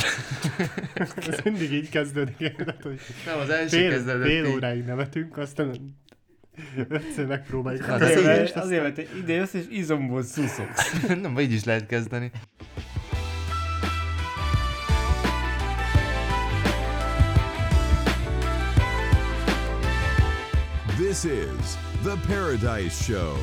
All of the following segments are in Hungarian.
Ez mindig így kezdődik. Hogy Nem, az első kezdődött fél így. óráig nevetünk, aztán ötször megpróbáljuk. Hát Azért, mert ide jössz és izomból szuszogsz. Nem, így is lehet kezdeni. This is The Paradise Show.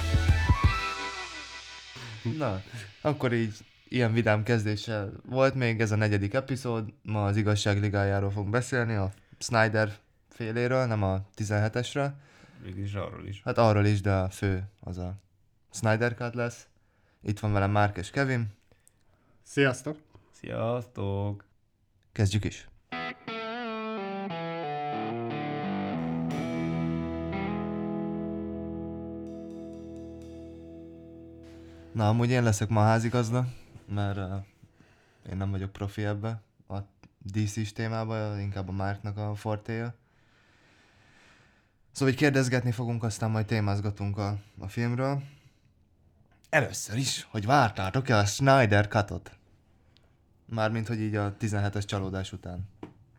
Na, akkor így ilyen vidám kezdéssel volt még ez a 4. epizód. Ma az Igazság Ligájáról fogunk beszélni, a Snyder féléről, nem a 17-esről. Végülis arról is. Hát arról is, de a fő az a Snyder Cut lesz. Itt van velem Márk és Kevin. Sziasztok! Sziasztok! Kezdjük is. Na, amúgy én leszek ma a házigazda, mert én nem vagyok profi ebbe a DC-s témába, inkább a Márknak a fortéja. Szóval így kérdezgetni fogunk, aztán majd témázgatunk a filmről. Először is, hogy vártátok-e a Snyder Cut-ot? Mármint, hogy így a 17-es csalódás után.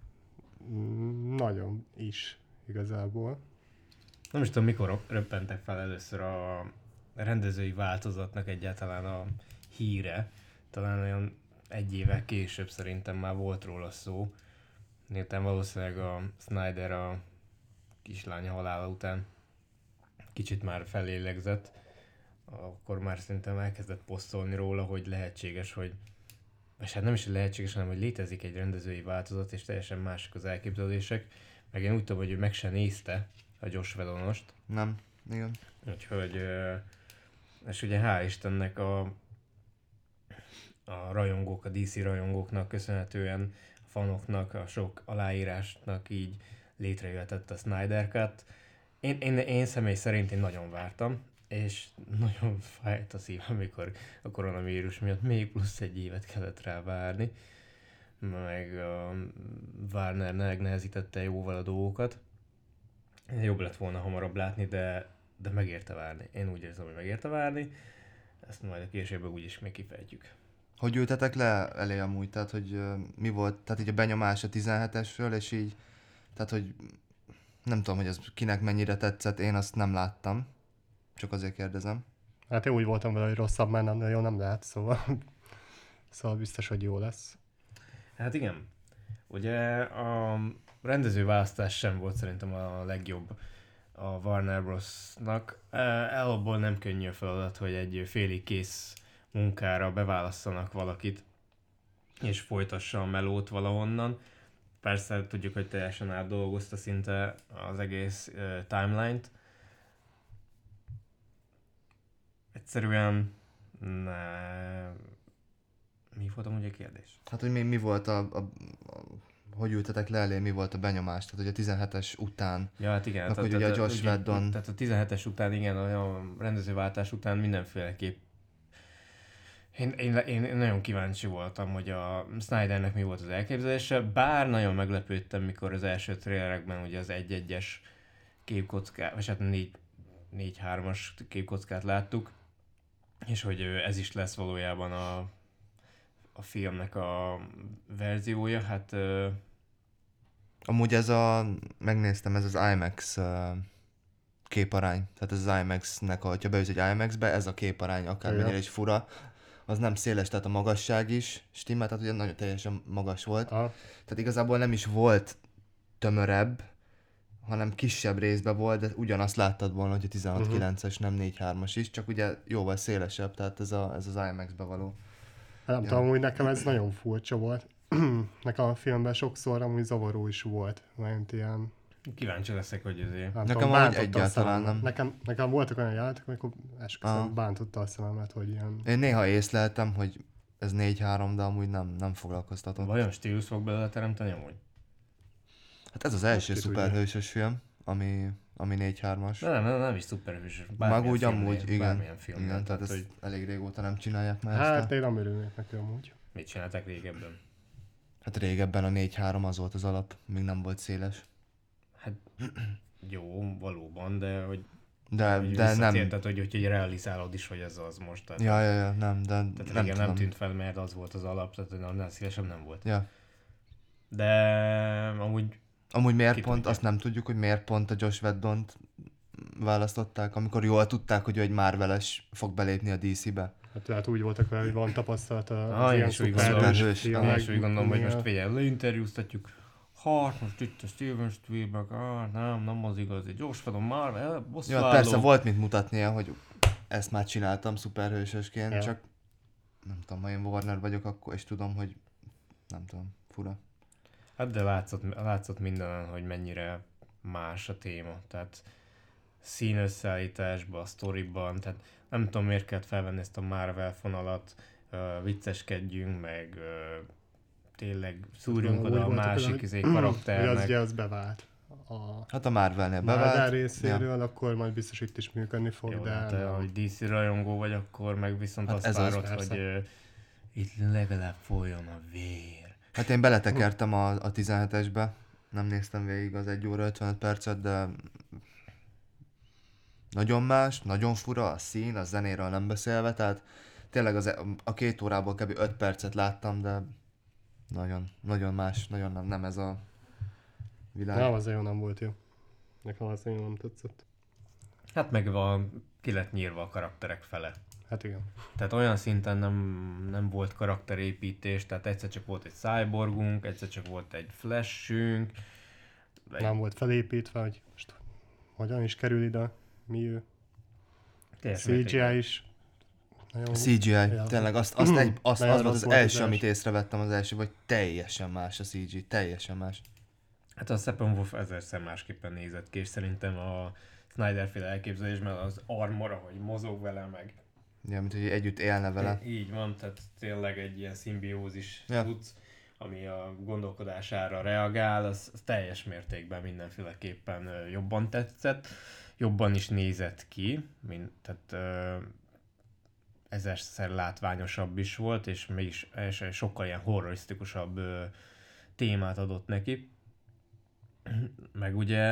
Nagyon is, igazából. Nem is tudom, mikor röppentek fel először a rendezői változatnak egyáltalán a híre. Talán olyan 1 évvel később szerintem már volt róla szó. Miután valószínűleg a Snyder a kislánya halála után kicsit már felélegzett, akkor már szerintem elkezdett posztolni róla, hogy lehetséges, hogy és hát nem is lehetséges, hanem hogy létezik egy rendezői változat, és teljesen mások az elképzelések. Meg én úgy tudom, hogy ő meg se nézte a Joss Whedonost. Nem? Igen. Úgyhogy, és ugye hál' Istennek a rajongók, a DC rajongóknak köszönhetően, a fanoknak, a sok aláírásnak így létrejöhetett a Snyder Cut. Én személy szerint én nagyon vártam, és nagyon fájt a szív, amikor a koronavírus miatt még plusz 1 évet kellett rá várni, meg a Warner megnehezítette jóval a dolgokat. Jobb lett volna hamarabb látni, de megérte várni. Én úgy érzem, hogy megérte várni, ezt majd a később úgyis még kifejtjük. Hogy ültetek le elé amúgy? Tehát, hogy mi volt, tehát így a benyomás a 17-esről, és így, tehát, hogy nem tudom, hogy ez kinek mennyire tetszett, én azt nem láttam. Csak azért kérdezem. Hát én úgy voltam vele, hogy rosszabb már nagyon nem lehet, szóval biztos, hogy jó lesz. Hát igen. Ugye a rendező választás sem volt szerintem a legjobb a Warner Bros.-nak. Alapból nem könnyű a feladat, hogy egy félig kész munkára beválasszanak valakit, és folytassa a melót valahonnan. Persze tudjuk, hogy teljesen átdolgozta szinte az egész timeline-t. Egyszerűen mi volt amúgy a kérdés? Hát, hogy mi volt hogy ültetek le elé, mi volt a benyomás? Tehát, hogy a 17-es után, Ja, hát igen. hogy ugye a Joss Whedon... Tehát a 17-es után, igen, a rendezőváltás után mindenféleképp én nagyon kíváncsi voltam, hogy a Snydernek mi volt az elképzelése, bár nagyon meglepődtem, mikor az első trailerekben ugye az 1-1-es képkockát, vagy hát 4-3-as képkockát láttuk, és hogy ez is lesz valójában a filmnek a verziója, hát... Amúgy megnéztem, ez az IMAX képarány, tehát ez az IMAX-nek, ha beülsz egy IMAX-be, ez a képarány akármennyire is fura, az nem széles, tehát a magasság is stimmel, tehát ugye nagyon teljesen magas volt. Tehát igazából nem is volt tömörebb, hanem kisebb részben volt, de ugyanazt láttad volna, hogy a 16:9-es, nem 4:3-as is, csak ugye jóval szélesebb, tehát ez az IMAX-be való. Nem tudom, hogy nekem ez nagyon furcsa volt. Nekem a filmben sokszor amúgy zavaró is volt, mert ilyen... Kíváncsi leszek, hogy ezért... Nekem valahogy egyáltalán nem. Nekem voltak olyan játék, amikor esküszöm bántotta a szememet, hogy ilyen... Én néha észleltem, hogy ez 4:3, de amúgy nem foglalkoztatott. Vajon stílus fog belőle teremteni amúgy? Hát ez az első szuperhősös film, ami 4:3-as. Nem is szuperhősös. Meg úgy amúgy, igen. Film, igen, tehát ezt hogy... elég régóta nem csinálják már Hát én nem örülnék neki amúgy. Mit csináltak régebben? Hát régebben a 4:3 az volt az alap, még nem volt széles. Hát jó, valóban, de hogy De nem... Tehát, hogy realizálod is, hogy ez az most. Tehát, Ja, nem, de tehát nem régen tudom. nem tűnt fel, mert az volt az alap, tehát annál szívesebb nem volt. Ja. De amúgy Amúgy miért Ki pont, tudja. azt nem tudjuk, hogy miért pont a Josh Whedont választották, amikor jól tudták, hogy ő egy Marvel-es fog belépni a DC-be. Hát lehet úgy voltak vele, hogy van tapasztalata Ah, az én ilyen is úgy gondolom. filmek. és úgy gondolom, hogy most minél- figyelj, leinterjúztatjuk. Hát most itt a Steven Spielberg, nem az igazi. Josh Whedon már, Ja, persze volt mit mutatnia, hogy ezt már csináltam szuperhősösként, Ja. csak nem tudom, ha én Warner vagyok akkor, és tudom, hogy nem tudom, fura. Hát de látszott mindenen, hogy mennyire más a téma. Tehát színösszállításban, a sztoriban, tehát nem tudom miért kellett felvenni ezt a Marvel fonalat, vicceskedjünk, meg tényleg szúrjunk Úgy oda a voltak másik vele, hogy- karakternek. Az ugye az bevált. A Hát a Marvelnél Marvel bevált. részéről, akkor majd biztos itt is működni fog, Jó, de de te, nem. hogy DC rajongó vagy, akkor meg viszont Hát azt ez az, várod, persze. hogy itt legalább folyjon a vér. Hát én beletekertem a 17-esbe, nem néztem végig az 1 óra 55 percet, de nagyon más, nagyon fura, a szín, a zenéről nem beszélve, tehát tényleg a 2 órából kb. 5 percet láttam, de nagyon, nagyon más, nagyon nem ez a világ. Nem, az nem volt jó. Nekem az nagyon nem tetszett. Hát meg ki lett nyírva a karakterek fele. Hát igen. Tehát olyan szinten nem volt karakterépítés, tehát egyszer csak volt egy cyborgunk, egyszer csak volt egy flashünk. Nem volt felépítve, hogy most hogyan is kerül ide, mi ő. teljes CGI mértékben. is. Nagyon CGI, Ja. tényleg az Nagyon volt rossz az volt az első, első. amit észrevettem az első, hogy teljesen más a CG, teljesen más. Hát a Steppenwolf ezerszer másképpen nézett ki, és szerintem a Snyder-féle elképzelésben az armor, ahogy mozog vele, meg Ja, mint hogy együtt élne vele. így van, tehát tényleg egy ilyen szimbiózis Ja. tudsz, ami a gondolkodására reagál, az teljes mértékben mindenféleképpen jobban tetszett, jobban is nézett ki, tehát ezerszer látványosabb is volt, és mégis sokkal ilyen horrorisztikusabb témát adott neki. Meg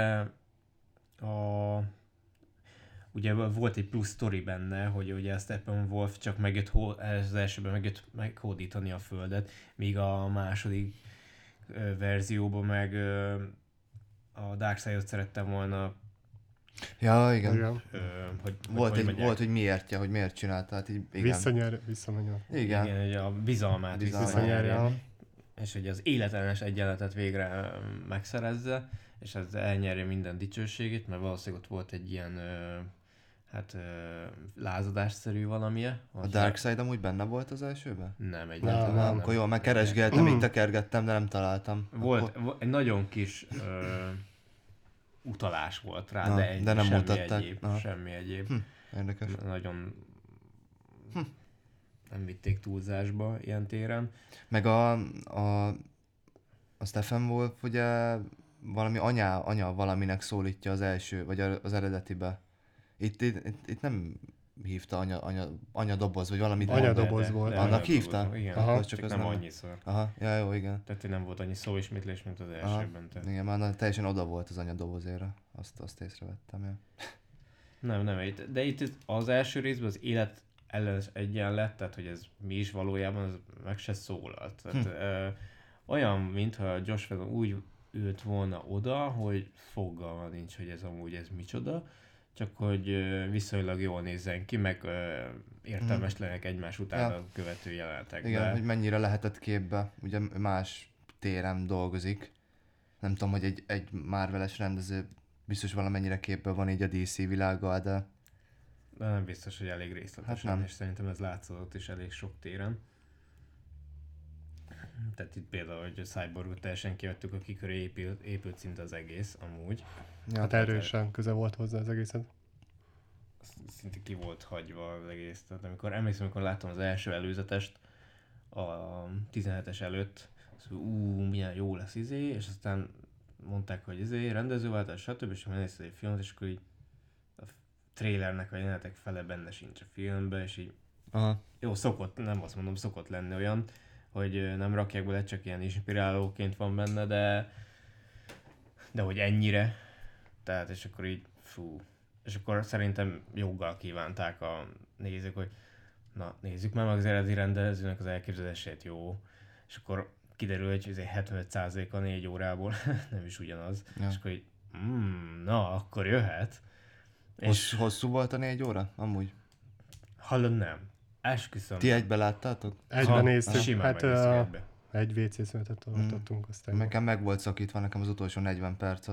ugye volt egy plusz sztori benne, hogy ugye a Steppenwolf csak megjött, az elsőben megjött meghódítani a földet, míg a második verzióban meg a Darkseid-ot szerettem volna, Ja, igen. igen. hogy Volt, hogy miért csinálta, tehát így, igen. Visszamenjen. Igen. igen, hogy a bizalmát Bizalmát. visszanyerje, és hogy az életellenes egyenletet végre megszerezze, és ez elnyerje minden dicsőségét, mert valószínűleg ott volt egy ilyen lázadásszerű valamije. A Darkseid amúgy benne volt az elsőben? Nem, egyáltalán Nem. Akkor jó, meg keresgéltem, így tekergettem, de nem találtam. Volt egy nagyon kis utalás volt rá, Na, de, ennyi, de nem semmi mutatták. egyéb. Aha. Semmi egyéb. Érdekes. Nagyon nem vitték túlzásba ilyen téren. Meg a Steppenwolf ugye valami anya valaminek szólítja az első, vagy az eredetibe. Itt nem hívta anya doboz, vagy valamit Anya mondott. doboz volt. Annak anya hívta? doboz, igen, Aha. csak az nem nem- annyiszor. Aha, ja, jó, igen. Tehát nem volt annyi szóismétlés, mint az Aha, elsőben. Tehát. igen, már teljesen oda volt az anya dobozéra. Azt észrevettem, ja. Nem, de itt az első részben az élet ellenes egyenlet, tehát hogy ez mi is valójában, az meg se szólalt. Tehát, olyan, mintha Josh Whedon úgy ült volna oda, hogy fogalma nincs, hogy ez amúgy ez micsoda, csak hogy viszonylag jól nézzen ki, meg értelmes lennek egymás után Ja. a követő jelenetekben. Igen, hogy mennyire lehetett képbe, ugye más téren dolgozik. Nem tudom, hogy egy Marvel-es rendező biztos valamennyire képbe van így a DC világgal, de De nem biztos, hogy elég részletesen, Hát nem. és szerintem ez látszott is elég sok téren. Tehát itt például, hogy a Cyborgot teljesen kivettük, a kiköré épült szinte az egész, amúgy. ja, Hát erősen köze volt hozzá az egészet. Szinte ki volt hagyva az egész. Tehát emlékszem, amikor láttam az első előzetest a 17-es előtt, az, milyen jó lesz és aztán mondták, hogy rendezőváltás, stb. És megnézted egy filmet, és akkor így a trailernek a jelenetek fele benne sincs a filmben, és így aha. jó, szokott lenni olyan, hogy nem rakják bele, csak ilyen inspirálóként van benne, de hogy ennyire, tehát és akkor így, fú, és akkor szerintem joggal kívánták a nézők, hogy na, nézzük már meg az eredeti rendezőnek az elképzelését, jó. És akkor kiderül, hogy 75%-a 4 órából nem is ugyanaz. Ja. És akkor így, na, akkor jöhet. És Hosszú volt a 4 óra? Amúgy. hallod, nem. Esküszöm. Ti egybe láttátok? Egyben néztük, Simán hát megnéztük egybe. egy WC szünetet tartottunk, aztán Nekem meg volt szakítva, nekem az utolsó 40 perc,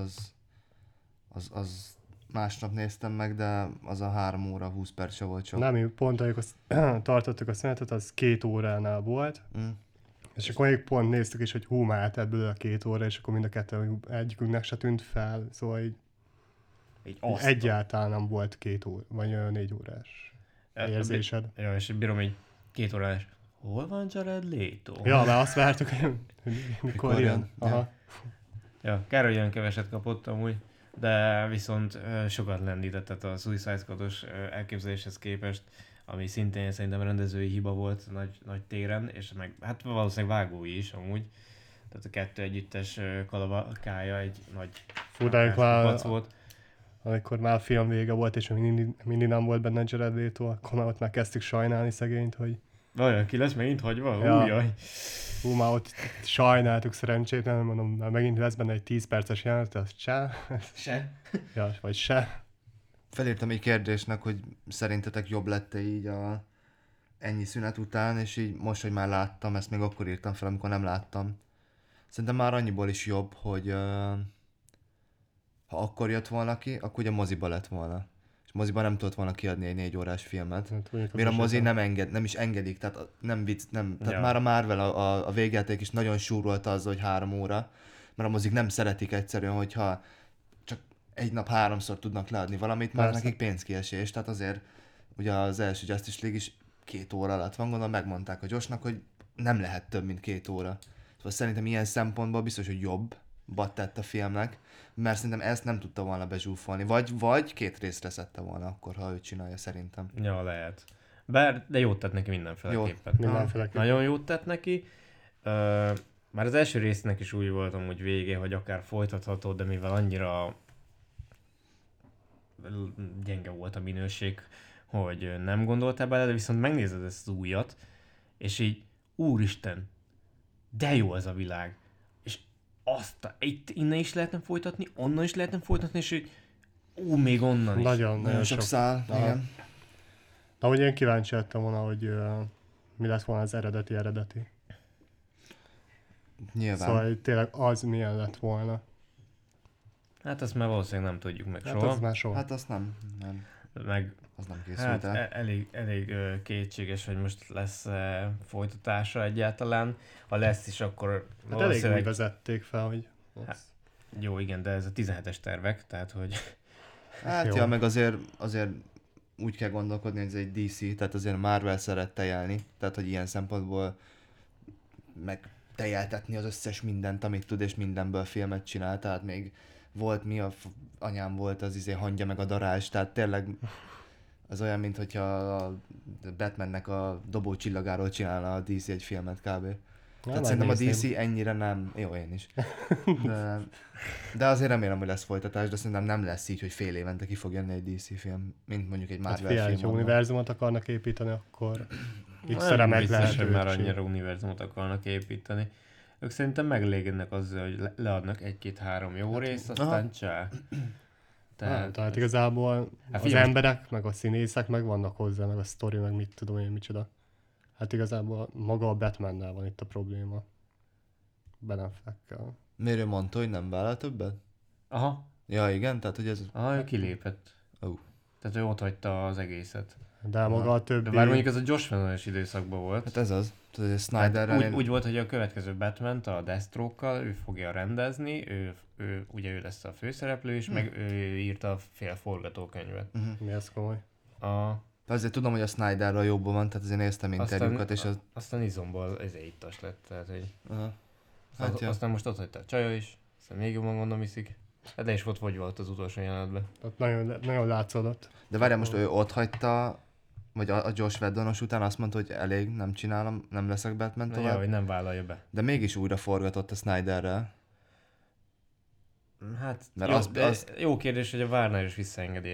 az másnap néztem meg, de az a 3 óra 20 perc se volt sok. nem, mi pont amikor tartottuk a szünetet, az 2 óránál volt, Mm. és akkor még pont néztük is, hogy hú, már eltelt belőle a 2 óra, és akkor mind a kettő egyikünknek se tűnt fel, szóval így Így azt. egyáltalán nem volt 2 óra, vagy 4 órás érzésed. Ja, és bírom így 2 órás. Hol van Jared Leto? Ja, mert azt vártuk, hogy mikor jön. Aha. Ja, kár, hogy olyan keveset kapott amúgy, de viszont sokat lendített, tehát a Suicide Squad-os elképzeléshez képest, ami szintén szerintem rendezői hiba volt nagy téren, és meg hát valószínűleg vágói is amúgy. Tehát a kettő együttes kalabakája egy nagy Fú, de kupac volt. amikor már a film vége volt, és mindig nem volt benne Jared Leto, akkor már ott már kezdtük sajnálni szegényt, hogy Vajon ki lesz megint hagyva? Ja. Újjaj. hú, már ott sajnáltuk szerencsétlen, mondom, már megint lesz benne egy 10 perces jelenet, az se. Se. Ja, vagy se. Felírtam egy kérdésnek, hogy szerintetek jobb lett-e így ennyi szünet után, és így most, hogy már láttam, ezt még akkor írtam fel, amikor nem láttam. Szerintem már annyiból is jobb, hogy ha akkor jött volna ki, akkor ugye moziba lett volna. És moziba nem tudott volna kiadni egy 4 órás filmet. Hát, mondjuk Miért a mozi most nem is engedik, tehát nem vicc, nem. Tehát Ja. már a Marvel, a végjáték is nagyon súrolta azzal, hogy 3 óra, mert a mozik nem szeretik egyszerűen, hogyha csak egy nap 3-szor tudnak leadni valamit, mert Persze. nekik pénzkiesés, tehát azért ugye az első Justice League is 2 óra alatt van, gondolom megmondták a Joshnak, hogy nem lehet több, mint 2 óra. Szóval szerintem ilyen szempontból biztos, hogy jobbat tett a filmnek, mert szerintem ezt nem tudta volna bezsúfolni, vagy 2 részre szedte volna akkor, ha ő csinálja szerintem. Ja, lehet. De jót tett neki mindenféleképpen. mindenféleképpen. Nagyon jót tett neki. Már az első résznek is úgy volt amúgy vége, hogy akár folytatható, de mivel annyira gyenge volt a minőség, hogy nem gondoltál bele, de viszont megnézed ezt az újat, és így, úristen, de jó ez a világ. És itt innen is lehetne folytatni, onnan is lehetne folytatni, és így, még onnan is. nagyon sok szál, Aha. igen. De ahogy én kíváncsi lettem volna, hogy mi lett volna az eredeti. Nyilván. Szóval hogy tényleg az milyen lett volna. Hát ezt már valószínűleg nem tudjuk meg Hát soha. az már soha. Hát azt nem, Meg az nem készült hát el. elég kétséges, hogy most lesz folytatása egyáltalán. Ha lesz is, akkor Hát elég úgy valószínűleg... vezették fel, hogy Hát, jó, igen, de ez a 17-es tervek, tehát hogy... Hát jó. ja, meg azért úgy kell gondolkodni, hogy ez egy DC, tehát azért Marvel szeret tejelni, tehát hogy ilyen szempontból meg tejeltetni az összes mindent, amit tud, és mindenből filmet csinál, tehát még volt anyám volt az hangja meg a darázs, tehát tényleg az olyan, mint hogyha a Batmannek a dobó csillagáról csinálna a DC egy filmet kb. Tehát szerintem a DC ennyire nem... Jó, én is. De azért remélem, hogy lesz folytatás, de szerintem nem lesz így, hogy fél évente ki fog jönni egy DC film, mint mondjuk egy Hát Marvel figyelj, film. ha annak. univerzumot akarnak építeni, akkor X-re Nem meg biztos, lehet hogy már őt annyira univerzumot akarnak építeni. Ők szerintem megelégednek azzal, hogy leadnak 1-2-3 jó részt, aztán csá. Tehát igazából az figyelj, emberek, meg a színészek meg vannak hozzá, meg a sztori, meg mit tudom én, micsoda. Hát igazából maga a Batmannel van itt a probléma. Ben Affleckkel. Miért ő mondta, hogy nem vállal többet? Aha, Ja, igen, tehát hogy ez... ő kilépett. Ó. Tehát ő ott hagyta az egészet. De maga a De többi... bár mondjuk ez a Josh Whedon-es időszakban volt. Hát ez az. Tehát ez Tehát Snyderrel... úgy volt, hogy a következő Batman-t a Deathstroke-kal ő fogja rendezni, ugye ő lesz a főszereplő is, meg ő írta a fél forgatókönyvet. Mi ez komoly? Azért tudom, hogy a Snyderrel jobban van, tehát azért néztem interjúkat, és az... Aztán izomból ez ittas lett, tehát hogy... Aha. Hát ja. aztán most ott hagyta a csaja is, aztán még jobban gondolom viszik. Hát de is volt vagy volt az utolsó jelenetben. Tehát nagyon látszódott. De várjál, most ő ott hagyta, vagy a Josh Whedon-os után azt mondta, hogy elég, nem csinálom, nem leszek Batman Ja, tovább. hogy nem vállalja be. De mégis újra forgatott a Snyderrel. Hát Mert jó, az- jó kérdés, hogy a Warner is visszaengedi-e.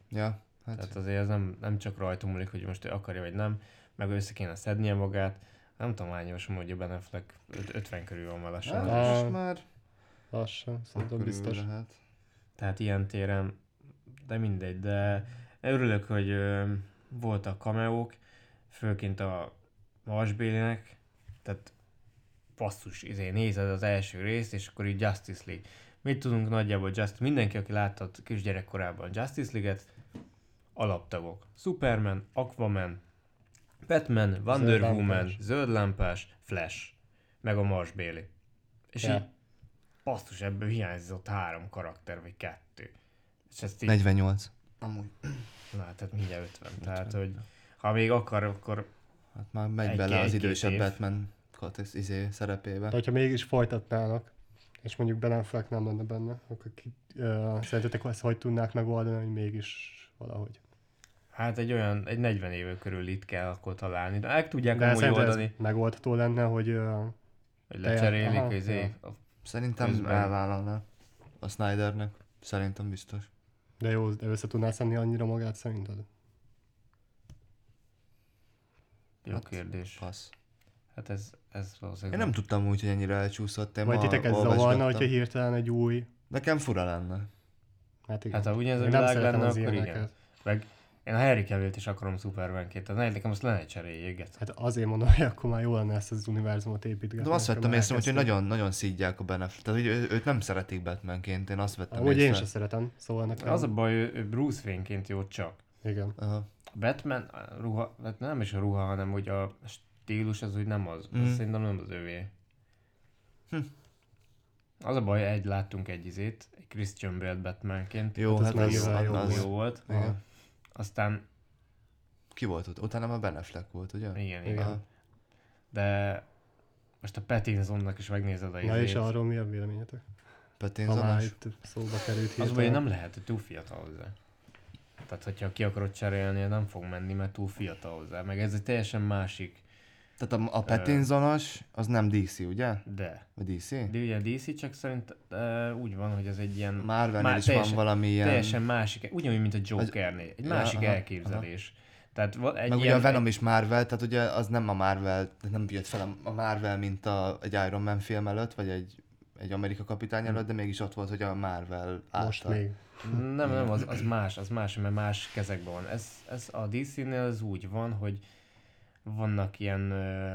Ja, hát Tehát azért ez nem csak rajta múlik, hogy most ő akarja vagy nem, meg össze kéne szednie magát. Nem tudom, hány éves mondja Ben Affleck, 50 körül van már lassan. hát, Ah. most már Lassan, szerintem körül biztos. lehet. Tehát ilyen téren, de mindegy, de örülök, hogy voltak cameók, főként a Marsbélinek, tehát basszus, nézed az első részt, és akkor így Justice League. Mit tudunk nagyjából mindenki, aki látta a kisgyerekkorában Justice League-et, alaptagok. Superman, Aquaman, Batman, Wonder Zöld Woman, lámpás. Zöld Lámpás, Flash, meg a Marsbéli. És Ja. így basszus, ebből hiányzott 3 karakter, vagy 2. És ezt így, 48. Amúgy. na, tehát mindjárt 50. Tehát, hogy ha még akar, akkor Hát már megy Egy- bele az egy-két idősebb év. Batman szerepébe. De hogyha mégis folytatnának, és mondjuk Ben Affleck nem lenne benne, akkor szerintetek ezt hogy tudnák megoldani, hogy mégis valahogy? hát egy 40 éve körül itt kell akkor találni. De meg tudják De amúgy szerintem ez oldani, megoldható lenne, hogy hogy lecserélik aha, izé, ja. Szerintem közben. elvállalná a Snydernek. Szerintem biztos. de jó, de össze tudná szedni annyira magát szerinted? Jó Hát, kérdés. Passz. Hát ez valószínűleg Én nem tudtam úgy, hogy ennyire elcsúszott. Én Vagy ma titeket olvasgattam. zavarna, hogyha hirtelen egy új... Nekem fura lenne. Hát igen. Hát ha ugyanez a Én nem világ szeretem lenne, az akkor ilyeneket. igen. Meg én a Henry Cavill-t is akarom Supermanként, tehát nekem azt lenne cseréljéget. Hát azért mondom, hogy akkor már jó lenne ezt az univerzumot építgetni. De azt akkor vettem már észre, hogy elkezdtük. nagyon szídják a Ben Affleck. Tehát, hogy őt nem szeretik Batmanként. Én azt vettem Amúgy én észre. sem szeretem, szóval nekem... Az a baj, ő Bruce Wayne-ként jó csak. Igen. Aha. A Batman a ruha, hát nem is a ruha, hanem hogy a stílus az úgy nem az. Mhm. Az szerintem nem az övé. Az a baj, láttunk egy Christian Bale Batmanként. Jó, Hát hát az az, nyilván jó az, Jó volt. Igen. Aztán, Ki volt ott? Utána már Ben Affleck volt, ugye? igen. Igen. De most a Pattinsonnak is megnézed a Na és izét. arról mi a véleményetek? Ha már Pattinsonos? itt szóba került Az a baj, hirtelen. nem lehet, hogy túl fiatal hozzá. Tehát, hogyha ki akarod cserélni, nem fog menni, mert túl fiatal hozzá. Meg ez egy teljesen másik, Tehát a Pattinsonos, az nem DC, ugye? de. Vagy DC? De ugye a DC csak szerint úgy van, hogy ez egy ilyen... Marvelnél is teljesen- van valami ilyen... Teljesen másik, ugyanúgy, mint a Jokernél. Egy Ja, másik aha, elképzelés. Tehát egy Meg ugye ilyen, a Venom is Marvel, tehát ugye az nem a Marvel, nem jött fel a Marvel, mint egy Iron Man film előtt, vagy egy Amerika kapitány előtt, de mégis ott volt, hogy a Marvel Most által. még. Nem, az más, mert más kezekben van. Ez a DC-nél az úgy van, hogy vannak ilyen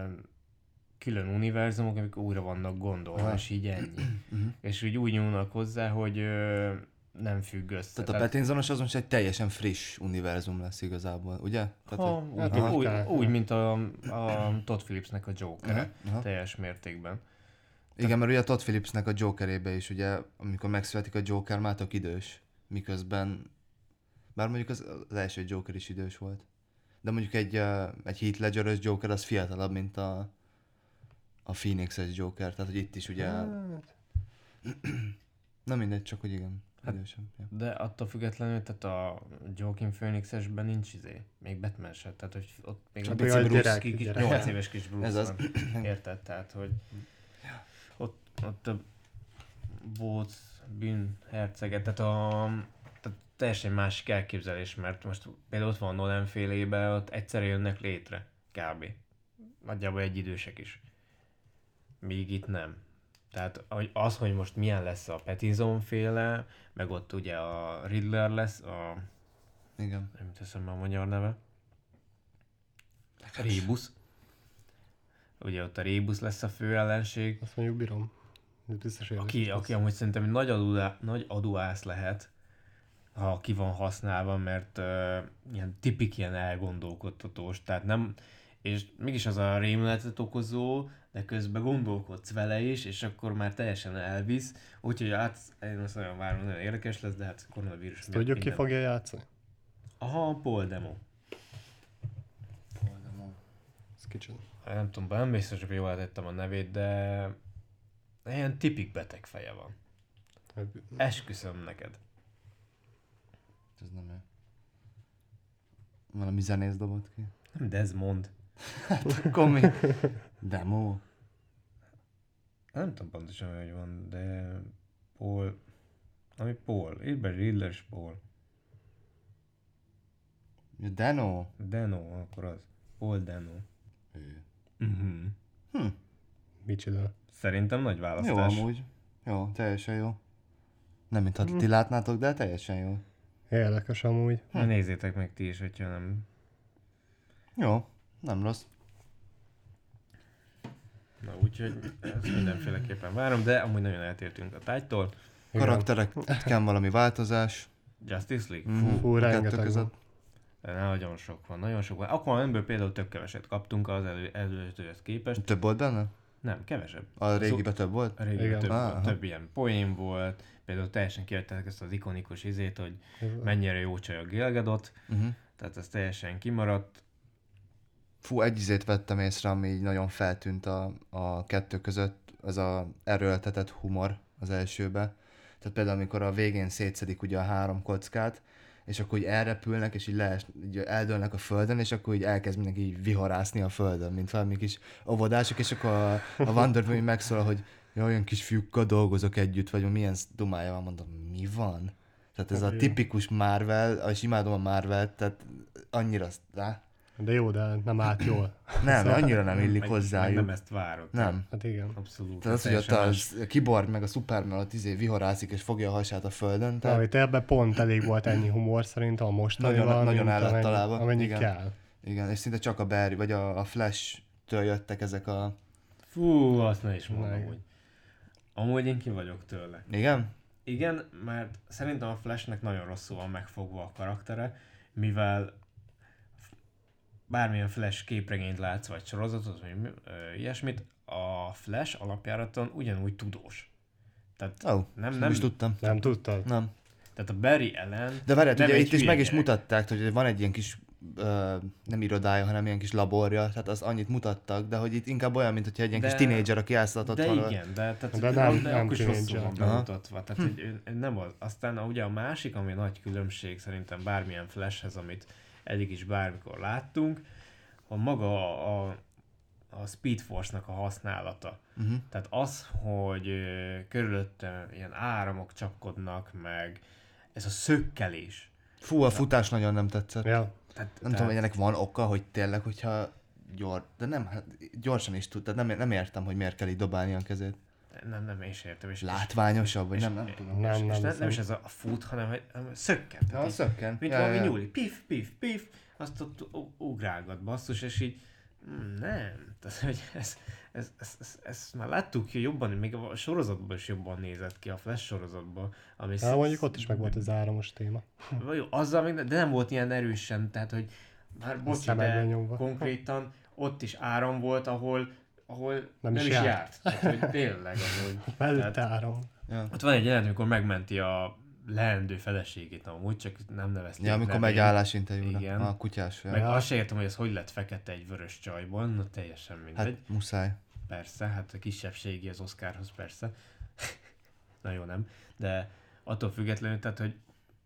külön univerzumok, amik újra vannak gondolva, Aha. és így ennyi. Mhm. És úgy nyúlnak hozzá, hogy nem függ össze. Tehát a Pattinsonos az most egy teljesen friss univerzum lesz igazából, ugye? Tehát, ha, hogy- hát úgy, akár. úgy, mint a Todd Phillipsnek a Joker, Aha, aha. teljes mértékben. Igen, mert ugye a Todd Phillipsnek a Jokerébe is, ugye, amikor megszületik a Joker, már tök idős. Miközben, bár mondjuk az első Joker is idős volt. De mondjuk egy Heath Ledger-ös Joker az fiatalabb, mint a Phoenix-es Joker. Tehát, hogy itt is ugye, Hát, na mindegy, csak hogy igen, Hát- idősebb. Ja. De attól függetlenül, tehát a Joaquin Phoenix-esben nincs még Batman se, tehát hogy ott még Hát a még pici a Bruce, gyerek, kis gyerek. 8 éves kis Bruce Ez az. van. Érted? Tehát, hogy ott a volt bűnhercege, tehát teljesen másik elképzelés, mert most például ott van Nolan félébe, ott egyszerre jönnek létre, kb. Nagyjából egy idősek is. Míg itt nem. Tehát az, hogy most milyen lesz a Pattinson féle, meg ott ugye a Riddler lesz, Igen. nem jut eszembe a magyar neve. Rébus. Ugye ott a Rébus lesz a fő ellenség, azt mondjuk bírom. Ez biztos aki amúgy szerintem egy nagy aduász lehet, ha ki van használva, mert ilyen tipik ilyen elgondolkodtatós, tehát nem, és mégis az a rémületet okozó, de közben gondolkodsz vele is, és akkor már teljesen elvisz, úgyhogy hát én azt nagyon várom, nagyon érdekes lesz, de hát koronavírus miatt Tudjuk, ki minden- fogja játszani? Aha, Paul Demo. Ez kicsit. Hát nem tudom, nem biztos, hogy jól tettem a nevét, de ilyen tipik beteg feje van. Esküszöm neked. Ez nem ő. Valami zenész dobott ki. Nem Desmond. Komi. Demo. Nem tudom pontosan, hogy van, de Paul... Ami Paul. Írd be Riddler és Paul. Dano? Dano, akkor az. Old Dano. Micsoda. Szerintem nagy Jó, választás. amúgy. Jó, teljesen jó. Nem, mintha ti látnátok, de teljesen jó. Érdekes amúgy. Nézzétek meg ti is, hogyha nem... Jó, nem rossz. Na úgyhogy ezt mindenféleképpen várom, de amúgy nagyon eltértünk a tájtól. Igen. Karaktereken valami változás. Justice League? Fú, a kettő rengeteg van. között. De nagyon sok van, nagyon sok van. Aquamanből például tök keveset kaptunk az előzőhöz képest. Több volt benne? Nem, kevesebb. A régiben több volt? A régiben Igen. több, Aha. több ilyen poén volt, például teljesen kiadták ezt az ikonikus izét, hogy mennyire jó csaj a Gal Gadot, tehát ez teljesen kimaradt. Fú, egy izét vettem észre, ami így nagyon feltűnt a kettő között, az a erőltetett humor az elsőbe. Tehát például amikor a végén szétszedik ugye a 3 kockát, és akkor így elrepülnek, és így eldőlnek a földön, és akkor így elkezd mindenki így viharászni a földön, mint valami kis óvodások, és akkor a Wonder Woman megszólal, hogy jaj, olyan kis fiúkkal dolgozok együtt, vagy milyen dumája van, mondom, mi van? Tehát ez a tipikus Marvel, és imádom a Marvelt, tehát annyira, De jó, de nem állt jól. nem, annyira nem illik Meg hozzájuk. nem ezt várod. Nem. Hát igen. Abszolút. Tehát az, hogy ott Teljesen a Kiborg meg a Superman ott viharászik és fogja a hasát a földön, tehát Itt ebben pont elég volt ennyi humor szerintem a mostanival, Nagyon mint el lett találva. amennyi Igen. kell. igen, és szinte csak a Barry, vagy a Flash-től jöttek ezek a... Fú, azt ne is mondom, Meg. hogy. Amúgy én ki vagyok tőle. Igen? Igen, mert szerintem a Flashnek nagyon rosszul van megfogva a karaktere, mivel bármilyen Flash képregényt látsz, vagy sorozatot, vagy ilyesmit, a Flash alapjáraton ugyanúgy tudós. Tehát Nem is tudtam. Nem tudtad? Nem. tehát a Barry Allen De várjál, nem ugye egy itt is hülye meg is gyerek. mutatták, hogy van egy ilyen kis, nem irodája, hanem ilyen kis laborja, tehát az annyit mutattak, de hogy itt inkább olyan, mint hogyha egy ilyen kis tinédzser, aki elszalatott De valahol. igen, de nem akkor is rosszul teenager. van bemutatva. Tehát, hogy nem az. Aztán ugye a másik, ami nagy különbség szerintem bármilyen Flashhez, amit eddig is bármikor láttunk, a maga a Speed Force-nak a használata. Tehát az, hogy körülötte ilyen áramok csapkodnak, meg ez a szökkelés. Fú, a futás nagyon nem tetszett. Ja. Nem tudom, hogy ennek van oka, hogy tényleg, hogyha de nem, hát gyorsan is tud, tehát nem értem, hogy miért kell így dobálni a kezét. Nem, én is értem. Látványosabb, vagy nem tudom. Nem is ez a fut, hanem szökken. Ja, szökken. Mint valami nyúli. Pif, pif, pif, azt ott ugrálgat basszus, és így nem. Tehát, hogy ezt már láttuk jobban, még a sorozatban is jobban nézett ki, a Flash sorozatban. Ami Mondjuk ott is meg volt az áramos téma. Jó, azzal még, de nem volt ilyen erősen, tehát, hogy már bocsi, szemekben de nyomva. konkrétan ott is áram volt, ahol nem is járt. járt. Tehát, hogy tényleg amúgy. Előtte áram. Ja. Ott van egy jelenet, amikor megmenti a leendő feleségét amúgy, csak nem nevezték. Ja, amikor nevén. megy állásinterjúra. Igen. A kutyás. Ja. Meg azt sem értem, hogy ez hogy lett fekete egy vörös csajból, no teljesen mindegy. Hát muszáj. Persze, hát a kisebbségi az Oscarhoz persze. Na jó, nem. De attól függetlenül, tehát, hogy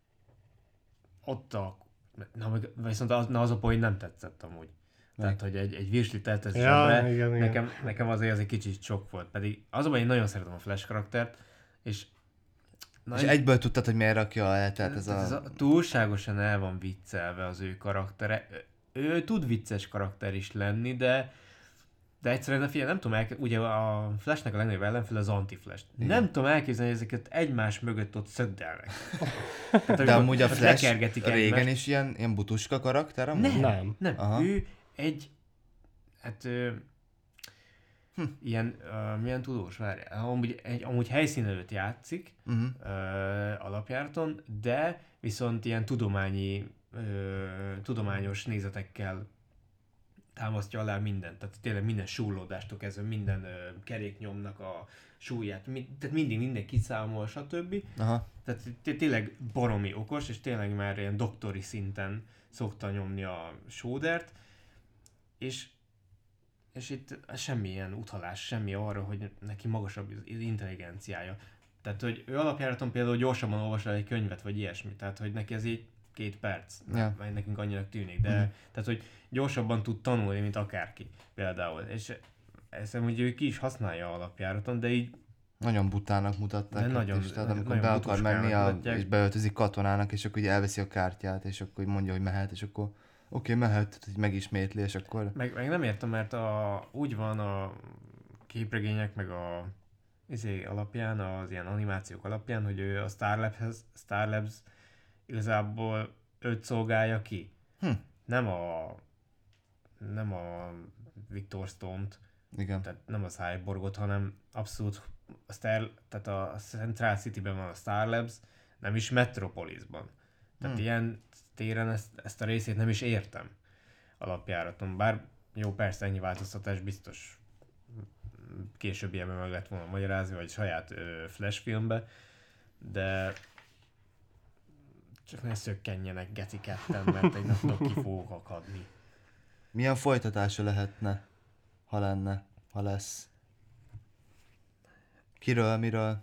ott viszont az a poén nem tetszett amúgy. Tehát, hogy egy virslit eltesz zsebre, igen. nekem azért az egy kicsit sok volt. Pedig azonban én nagyon szeretem a Flash karaktert, és És egyből tudtad, hogy miért rakja el, tehát ez túlságosan el van viccelve az ő karaktere. Ő tud vicces karakter is lenni, de egyszerűen nem tudom ugye a Flashnek a legnagyobb ellenfél az Anti-Flash. Nem tudom elképzelni, hogy ezeket egymás mögött ott szögdelnek. Tehát, de amúgy a Flash lekergetik régen egymást. is ilyen butuska karakter amúgy? Nem. Aha. Ő egy ilyen, milyen tudós, várjál, amúgy helyszínelőt játszik alapjáraton, de viszont ilyen tudományos nézetekkel támasztja alá mindent. Tehát tényleg minden súrlódástól kezdve, minden keréknyomnak a súlyát, tehát minden kiszámol, stb. Aha. Tehát tényleg baromi okos, és tényleg már ilyen doktori szinten szokta nyomni a sódert, és itt semmilyen utalás, semmi arra, hogy neki magasabb az intelligenciája. Tehát, hogy ő alapjáraton például gyorsabban olvasol egy könyvet, vagy ilyesmi, tehát, hogy neki ez így 2 perc, mert nekünk annyira tűnik, de tehát, hogy gyorsabban tud tanulni, mint akárki például. És ezt ugye ő ki is használja alapjáraton, de így nagyon butának mutatták. Nagyon, is, tehát amikor nagyon be akar menni, mutatják. és beöltözik katonának, és akkor ugye elveszi a kártyát, és akkor mondja, hogy mehet, és akkor Oké, mehet, hogy megismétli, és akkor... Meg nem értem, mert úgy van a képregények, meg a alapján, az ilyen animációk alapján, hogy ő a Star Labs igazából őt szolgálja ki. Nem a Victor Stone-t, Igen. tehát nem a Cyborgot, hanem abszolút tehát a Central City-ben van a Star Labs, nem is Metropolisban. Tehát ilyen téren ezt a részét nem is értem alapjáraton. Bár jó, persze ennyi változtatás biztos későbbiekben meg lett volna magyarázni, vagy saját Flash filmbe, de csak ne szökkenjenek geci ketten, mert egy napnak ki fogok akadni. Milyen folytatása lehetne, ha lenne, ha lesz? Kiről, miről?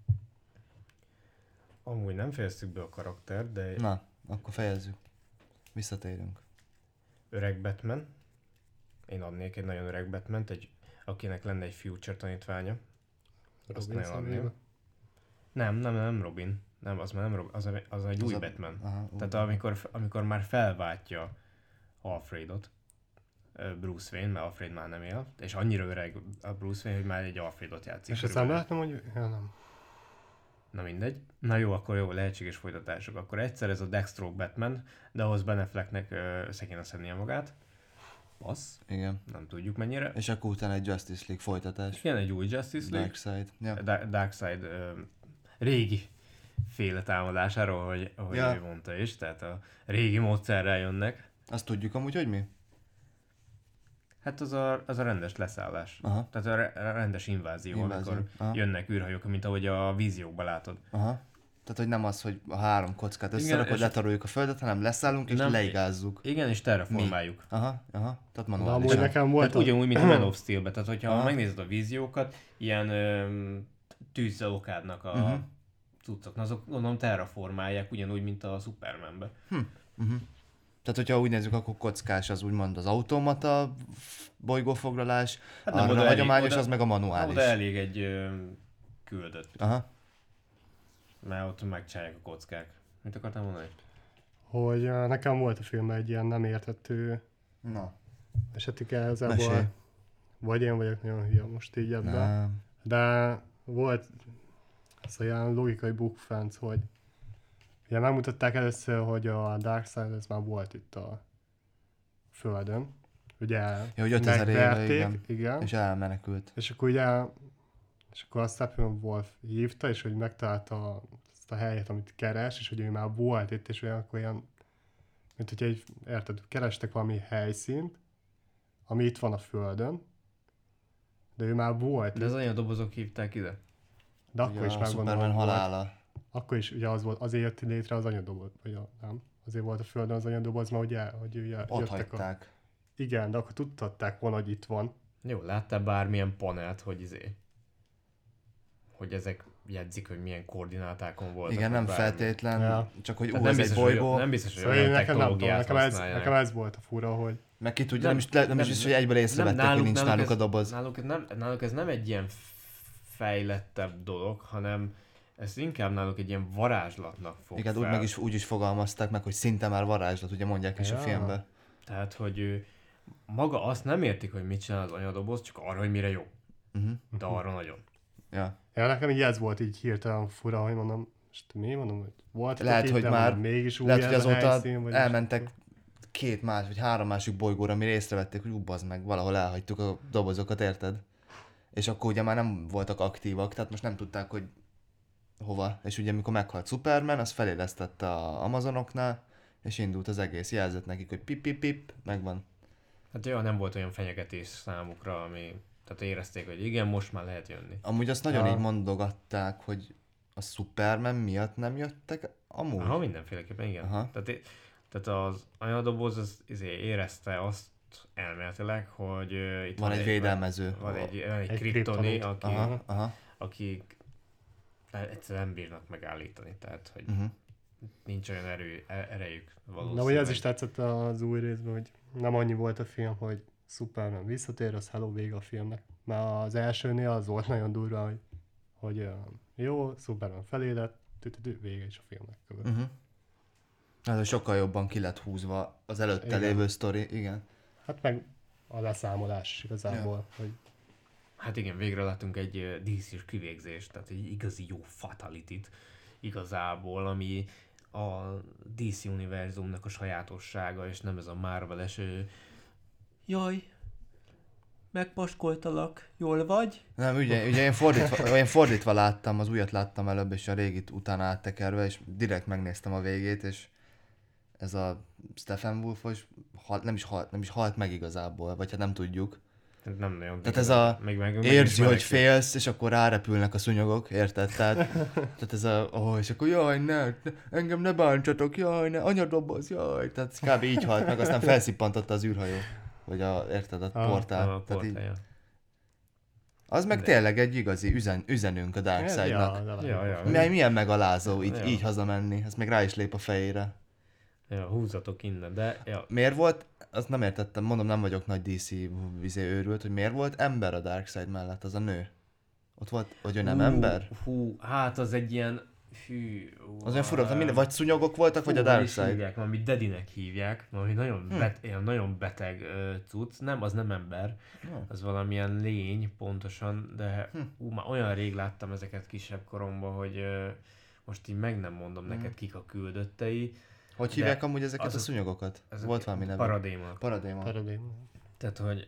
Amúgy nem fejeztük be a karaktert, de Na, akkor fejezzük. Visszatérünk. öreg Batman. Én adnék egy nagyon öreg Batmant, akinek lenne egy Future tanítványa. Azt Robin nagyon adném. személybe. Nem Robin. Nem, az már nem Robin, az egy új Batman. Aha, Tehát amikor már felváltja Alfredot, Bruce Wayne, mert Alfred már nem él, és annyira öreg a Bruce Wayne, hogy már egy Alfredot játszik. És aztán lehetne, hogy... Ja, nem. Na mindegy. Na jó, akkor jó, lehetséges folytatások. Akkor egyszer ez a Deathstroke Batman, de ahhoz Ben Afflecknek össze kéne szednie magát. Az, Igen. nem tudjuk mennyire. És akkor utána egy Justice League folytatás. Igen, egy új Justice League. Darkseid. Ja. Darkseid régi féle támadásáról, ahogy Ja. ő mondta is, tehát a régi módszerrel jönnek. Azt tudjuk amúgy, hogy mi? Hát az a rendes leszállás. Aha. Tehát a rendes invázió, amikor Aha. jönnek űrhajók, mint ahogy a víziókban látod. Aha. Tehát, hogy nem az, hogy a 3 kockát Igen, összerakod, és- letaroljuk a földet, hanem leszállunk és Nem, leigázzuk. Igen, és terraformáljuk. Aha. Tehát De amúgy manuálisan. nekem volt Tehát ugyanúgy, mint a Man of Steel-be. Tehát, hogyha Aha. megnézed a víziókat, ilyen tűzzel okádnak a cuccok. Na, azok gondolom terraformálják ugyanúgy, mint a Supermanbe. Tehát, hogyha úgy nézzük, akkor kockás az úgymond az automata bolygófoglalás, Hát a oda elég- hagyományos oda- az meg a manuális. Oda elég egy küldött, Aha. mert ott megcsinálják a kockák. Mit akartam mondani? Hogy nekem volt a filmben egy ilyen nem érthető Na. esetik Mesélj. igazából. Vagy én vagyok nagyon hülye most így ebben. Nem. De volt az olyan logikai bukfenc, hogy ugye megmutatták először, hogy a Darkseid ez már volt itt a Földön. Ugye Ja, hogy 5000 éve, megverték, igen. És elmenekült. És akkor ugye a Steppenwolf hívta, és hogy megtalálta azt a helyet, amit keres, és hogy ő már volt itt, és olyan, akkor olyan, mint hogy érted, kerestek valami helyszínt, ami itt van a Földön, de ő már volt De az anyadobozok hívták ide. de akkor Ugye is a megmondom, Superman hogy volt. halála. Akkor is ugye az volt, azért jött létre az anyadoboz, vagy nem? Azért volt a Földön az anyadoboz, mert hogy ugye Ott jöttek hagyták. Igen, de akkor tudtatták volna, hogy itt van. Jó, láttál bármilyen panelt, hogy ezek jegyzik, hogy milyen koordinátákon voltak. Igen, vagy nem bármi. feltétlen, Ja. csak hogy Tehát ez egy bolygó, nem biztos, hogy Szóval én olyan nekem nem tudom, technológiát nekem használják. ez volt a fura, hogy meg ki tudja, Nem, nem is nem, biztos, hogy egyből észrevették, hogy nincs náluk a doboz. Náluk ez nem egy ilyen fejlettebb dolog, hanem ez inkább náluk egy ilyen varázslatnak fog Igen, fel. úgy is fogalmazták meg, hogy szinte már varázslat, ugye mondják is a Ja. filmben. Tehát, hogy ő maga azt nem értik, hogy mit csinál az anyadoboz, csak arra, hogy mire jó. De arra nagyon. Ja. ja, nekem így ez volt így hirtelen fura, hogy mondom, most mi mondom, hogy volt Lehet, hogy már, mégis új lehet, hogy ez a azóta helyszín, vagy elmentek 2 más, vagy 3 másik bolygóra, mire észrevették, hogy bazd meg, valahol elhagytuk a dobozokat, érted? És akkor ugye már nem voltak aktívak, tehát most nem tudták, hogy hova. És ugye amikor meghalt Superman, az felélesztette a Amazonoknál, és indult az egész, jelzett nekik, hogy pip, megvan. Hát jó, nem volt olyan fenyegetés számukra, tehát érezték, hogy igen, most már lehet jönni. Amúgy azt nagyon Ja. így mondogatták, hogy a Superman miatt nem jöttek amúgy. Aha, mindenféleképpen, igen. Aha. Tehát az anyadoboz az érezte azt elméletileg, hogy itt Van egy védelmező. Van egy Egy kriptoni, kriptonit. Aha. akik egyszerűen nem bírnak megállítani, tehát hogy Uh-huh. nincs olyan erejük valószínűleg. Na, hogy ez is tetszett az új részben, hogy nem annyi volt a film, hogy Superman visszatér, az hello, vége a filmnek. Mert az elsőnél az volt nagyon durva, hogy jó, Superman felébredt, vége is a filmnek. Uh-huh. Hát sokkal jobban ki lett húzva az előtte Igen. lévő sztori, igen. Hát meg a leszámolás igazából, hogy Hát igen, végre láttunk egy DC-s kivégzést, tehát egy igazi jó fatality-t igazából, ami a DC univerzumnak a sajátossága, és nem ez a Marvel-es jaj, megpaskoltalak, jól vagy? Nem, ugye én fordítva láttam, az újat láttam előbb, és a régit utána áttekerve, és direkt megnéztem a végét, és ez a Stephen Wolfos nem is halt meg igazából, vagy hát nem tudjuk. Nem nagyon. Tehát ez a meg érzi, hogy félsz, és akkor rárepülnek a szúnyogok, érted? Tehát ez és akkor jaj, engem ne bántsatok, jaj, ne, anyadoboz, jaj. Tehát kb. Így halt meg, aztán felszippantotta az űrhajó. Vagy érted, a portál. A Tehát így, portálja. az meg tényleg egy igazi üzenünk a Darkseidnak. Ja. Milyen megalázó így, Ja. így hazamenni, ez még rá is lép a fejére. Ja, húzatok innen, de ja. Miért volt, azt nem értettem, mondom, nem vagyok nagy DC őrült, hogy miért volt ember a Darkseid mellett, az a nő? Ott volt, hogy ő nem ember? Hát az egy ilyen... Az olyan fura, hogy vagy szúnyogok voltak, vagy a Darkseid? Hívják, valami Dedinek hívják, valami nagyon, ilyen nagyon beteg cucc. Nem, az nem ember, az valamilyen lény pontosan, de már olyan rég láttam ezeket kisebb koromban, hogy most így meg nem mondom neked kik a küldöttei. Hogy hívják amúgy ezeket a szúnyogokat? Volt valami neve? Paradéma. paradéma. Tehát, hogy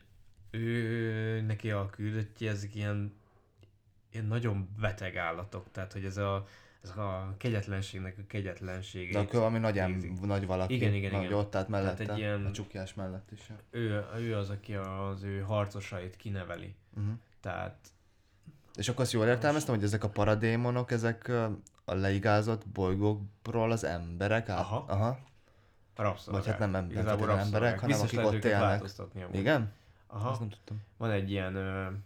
ő neki a küldöttje, ezek ilyen nagyon beteg állatok, tehát, hogy ez a kegyetlenségnek a kegyetlensége. De akkor valami nagy valaki. Igen. Hogy ott állt mellette, egy ilyen... a csukjás mellett is. Ő az, aki az ő harcosait kineveli. Tehát... És akkor azt jól értelmeztem, hogy ezek a paradémonok, ezek a leigázott bolygókról az emberek át? Aha. Rabszolgák. Vagy hát nem emberek, Igazából nem emberek, hanem biztos akik lehet ott őket élnek. változtatni amúgy. Igen? Aha. Azt nem tudtam. Van egy ilyen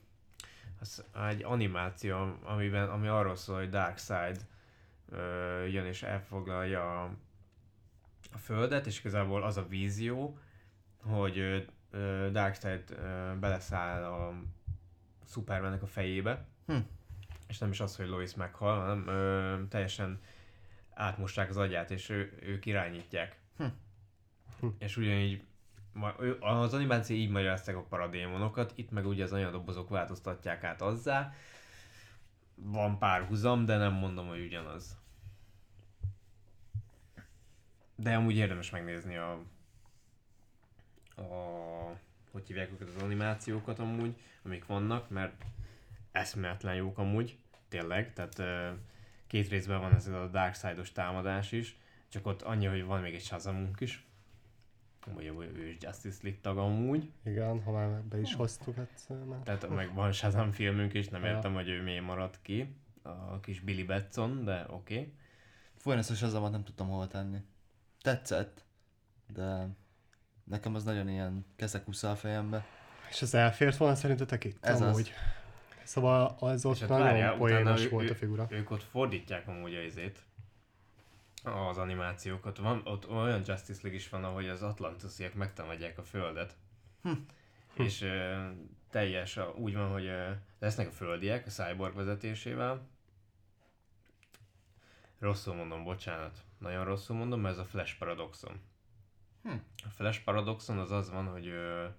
egy animáció, ami arról szól, hogy Darkseid jön és elfoglalja a Földet, és igazából az a vízió, hogy Darkseid beleszáll a Supermannek a fejébe, és nem is az, hogy Lois meghal, hanem teljesen átmossák az agyát, és ők irányítják. És ugyanígy az animáció így magyarázták a paradémonokat, itt meg ugye az anyadobozok változtatják át azzá. Van párhuzam, de nem mondom, hogy ugyanaz. De amúgy érdemes megnézni hogy hívják őket, az animációkat amúgy, amik vannak, mert eszméletlen jók amúgy, tényleg, tehát 2 részben van ez a Darkside-os támadás is, csak ott annyi, hogy van még egy Shazamunk is, amúgy ő is Justice League tag amúgy. Igen, ha már be is hoztuk egyszer. Tehát meg van Shazam filmünk is, nem értem, hogy ő miért maradt ki, a kis Billy Batson, de oké. Folyamatosan azomat nem tudtam hova tenni. Tetszett, de nekem az nagyon ilyen keszekusza a fejembe. És ez elfért volna szerintetek itt? Ez amúgy. Szóval az ott És hát nagyon várjál, poénos utána volt a figura. Ők ott fordítják amúgy az animációkat. Ott olyan Justice League is van, ahogy az Atlantusiak megtámadják a Földet. És teljes, úgy van, hogy lesznek a földiek a Cyborg vezetésével. Rosszul mondom, bocsánat. Nagyon rosszul mondom, mert ez a Flash Paradoxon. A Flash Paradoxon az van, hogy